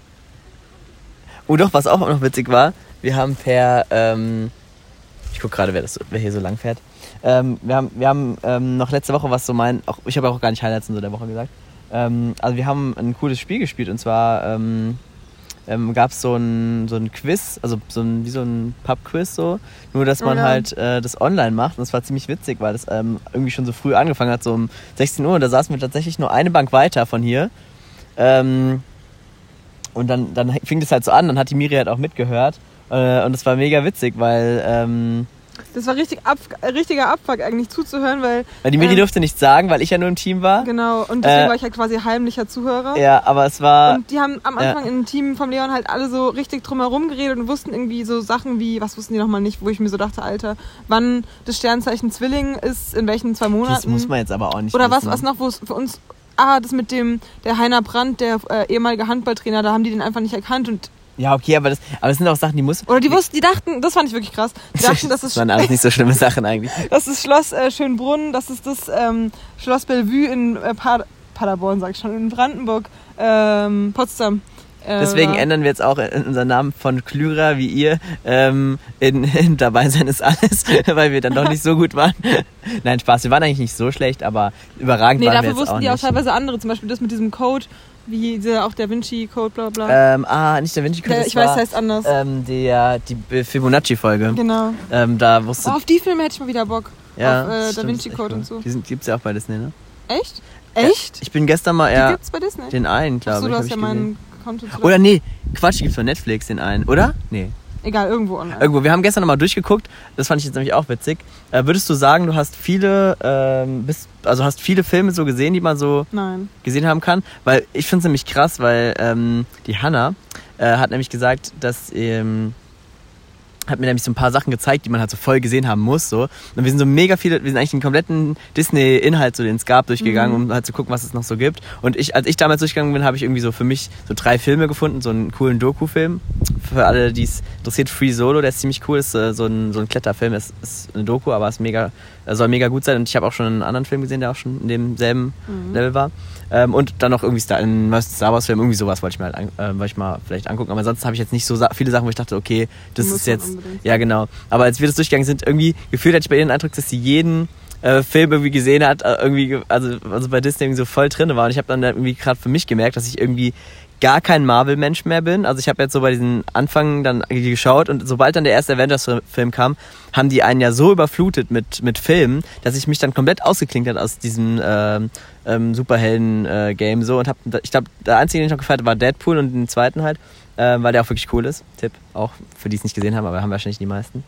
Oh doch, was auch noch witzig war, wir haben per... ich guck gerade, wer hier so lang fährt. Wir haben noch letzte Woche was so ich habe auch gar nicht Highlights in so der Woche gesagt. Also wir haben ein cooles Spiel gespielt und zwar gab es so ein Quiz, also wie so ein Pub-Quiz so, nur dass man halt das online macht und das war ziemlich witzig, weil das irgendwie schon so früh angefangen hat, so um 16 Uhr und da saßen wir tatsächlich nur eine Bank weiter von hier und dann fing das halt so an, dann hat die Miri halt auch mitgehört und es war mega witzig, weil... das war richtiger Abfuck eigentlich zuzuhören, weil die Miri durfte nichts sagen, weil ich ja nur im Team war. Genau, und deswegen war ich halt quasi heimlicher Zuhörer. Ja, aber es war... Und die haben am Anfang im Team vom Leon halt alle so richtig drumherum geredet und wussten irgendwie so Sachen wie, was wussten die nochmal nicht, wo ich mir so dachte, Alter, wann das Sternzeichen Zwilling ist, in welchen 2 Monaten. Das muss man jetzt aber auch nicht oder wissen. was noch, wo es für uns... das mit der Heiner Brandt, der ehemalige Handballtrainer, da haben die den einfach nicht erkannt und... Ja, okay, aber das sind auch Sachen, die muss... Oder die dachten, das fand ich wirklich krass. Die dachten, das waren alles nicht so schlimme Sachen eigentlich. Das ist Schloss Schönbrunn, das ist das Schloss Bellevue in Paderborn, sag ich schon, in Brandenburg, Potsdam. Deswegen ändern wir jetzt auch unseren Namen von Klüra wie ihr in Dabei sein ist alles, weil wir dann doch nicht so gut waren. Nein, Spaß, wir waren eigentlich nicht so schlecht, aber überragend waren wir jetzt auch nicht. Nee, dafür wussten die auch teilweise andere, zum Beispiel das mit diesem Code, wie auch der Vinci-Code, bla bla. Nicht der Vinci-Code, ich weiß, heißt anders. Die Fibonacci-Folge. Genau. Da wusste... auf die Filme hätte ich mal wieder Bock. Ja, auf der Vinci-Code und so. Die gibt's ja auch bei Disney, ne? Echt? Echt? Ich bin gestern mal... Die gibt's bei Disney? Den einen, glaube ich. Achso, du hast ja meinen Konto... Oder nee, Quatsch, die gibt's bei Netflix, den einen, oder? Nee. Egal, irgendwo online. Irgendwo. Wir haben gestern nochmal durchgeguckt. Das fand ich jetzt nämlich auch witzig. Würdest du sagen, du hast viele Filme so gesehen, die man so gesehen haben kann? Weil ich finde es nämlich krass, weil die Hanna hat nämlich gesagt, dass hat mir nämlich so ein paar Sachen gezeigt, die man halt so voll gesehen haben muss. So. Und wir sind eigentlich den kompletten Disney-Inhalt, so, den es gab, durchgegangen, um halt zu gucken, was es noch so gibt. Und als ich damals durchgegangen bin, habe ich irgendwie so für mich so 3 Filme gefunden, so einen coolen Doku-Film. Für alle, die es interessiert, Free Solo, der ist ziemlich cool, ist so ein Kletterfilm, ist eine Doku, aber soll mega gut sein. Und ich habe auch schon einen anderen Film gesehen, der auch schon in demselben Level war. Und dann noch irgendwie ein Star Wars Film, irgendwie sowas wollte ich mal vielleicht angucken. Aber ansonsten habe ich jetzt nicht so viele Sachen, wo ich dachte, okay, das ist jetzt... Unbedingt. Ja, genau. Aber als wir das durchgegangen sind, irgendwie gefühlt hatte ich bei ihr den Eindruck, dass sie jeden Film irgendwie gesehen hat, also bei Disney irgendwie so voll drin war. Und ich habe dann irgendwie gerade für mich gemerkt, dass ich irgendwie gar kein Marvel-Mensch mehr bin. Also ich habe jetzt so bei diesen Anfang dann geschaut und sobald dann der erste Avengers-Film kam, haben die einen ja so überflutet mit Filmen, dass ich mich dann komplett ausgeklinkt hat aus diesem Superhelden-Game so und ich glaube, der einzige, den ich noch gefeiert habe, war Deadpool und den zweiten halt, weil der auch wirklich cool ist. Tipp, auch für die es nicht gesehen haben, aber haben wahrscheinlich die meisten.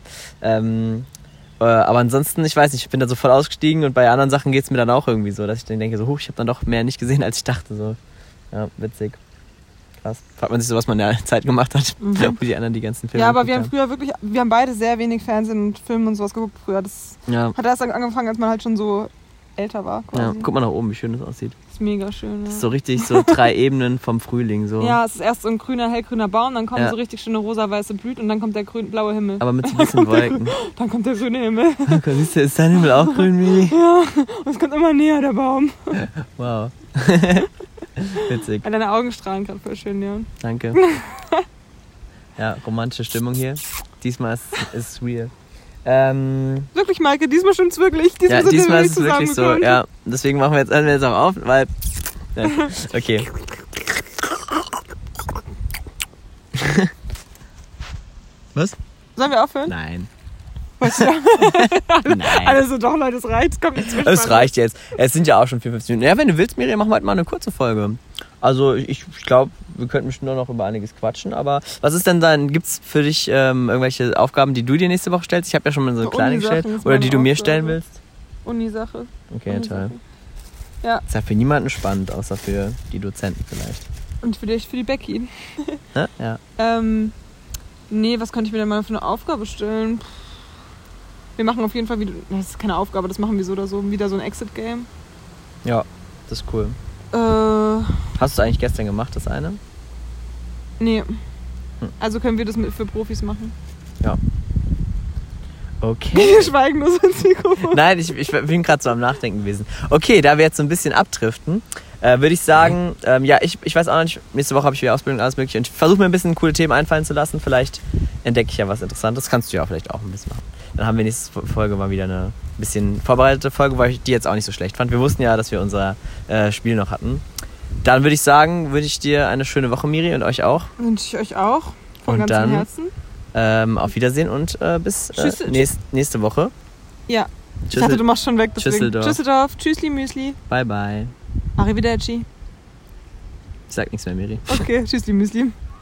Aber ansonsten, ich weiß nicht, ich bin da so voll ausgestiegen und bei anderen Sachen geht es mir dann auch irgendwie so, dass ich dann denke, so, ich habe dann doch mehr nicht gesehen, als ich dachte. So. Ja, witzig. Krass. Fragt man sich so, was man in der Zeit gemacht hat, wo die anderen die ganzen Filme. Ja, aber wir haben beide sehr wenig Fernsehen und Filme und sowas geguckt früher. Das hat erst angefangen, als man halt schon so älter war. Quasi. Ja, guck mal nach oben, wie schön das aussieht. Das ist mega schön. Ja. Das ist so richtig so 3 Ebenen vom Frühling. So. Ja, es ist erst so ein hellgrüner Baum, dann kommen so richtig schöne rosa-weiße Blüten und dann kommt der blaue Himmel. Aber mit so ein bisschen Wolken. Dann kommt der grüne Himmel. Siehst du, ist dein Himmel auch grün, Miri? Ja, und es kommt immer näher, der Baum. Wow. Witzig. Deine Augen strahlen gerade voll schön, Leon. Danke. Ja, romantische Stimmung hier. Diesmal ist es real. Wirklich, Maike, diesmal stimmt's wirklich. Diesmal ist es wirklich so. Ja, deswegen hören wir jetzt auch auf, weil... Ja, okay. Was? Sollen wir aufhören? Nein. Weißt du? Nein. Also doch, Leute, es reicht. Komm, es reicht jetzt. Es sind ja auch schon 54 Minuten. Ja, wenn du willst, Miriam, machen wir halt mal eine kurze Folge. Also ich glaube, wir könnten bestimmt noch über einiges quatschen, aber was ist denn dann, gibt's für dich irgendwelche Aufgaben, die du dir nächste Woche stellst? Ich habe ja schon mal so eine kleine gestellt. Oder die du mir stellen willst? Uni-Sache. Okay, toll. Ja. Ist ja für niemanden spannend, außer für die Dozenten vielleicht. Und vielleicht für die Becky. Ne? Ja. Nee, was könnte ich mir denn mal für eine Aufgabe stellen? Wir machen auf jeden Fall wieder... Das ist keine Aufgabe, das machen wir so oder so. Wieder so ein Exit-Game. Ja, das ist cool. Hast du eigentlich gestern gemacht, das eine? Nee. Also können wir das für Profis machen. Ja. Okay. Wir schweigen nur so ins Mikrofon. Nein, ich bin gerade so am Nachdenken gewesen. Okay, da wir jetzt so ein bisschen abdriften, würde ich sagen, ich weiß auch nicht, nächste Woche habe ich wieder Ausbildung und alles mögliche und ich versuche mir ein bisschen coole Themen einfallen zu lassen. Vielleicht entdecke ich ja was Interessantes. Kannst du ja vielleicht auch ein bisschen machen. Dann haben wir nächste Folge mal wieder eine bisschen vorbereitete Folge, weil ich die jetzt auch nicht so schlecht fand. Wir wussten ja, dass wir unser Spiel noch hatten. Dann würde ich sagen, wünsche ich dir eine schöne Woche, Miri, und euch auch. Wünsche ich euch auch. Von Und ganzem dann Herzen. auf Wiedersehen und bis nächste Woche. Ja. Ich dachte, du machst schon weg. Tschüsseldorf. Tschüsseldorf. Tschüssli, Müsli. Bye, bye. Arrivederci. Ich sag nichts mehr, Miri. Okay, Tschüssli, Müsli.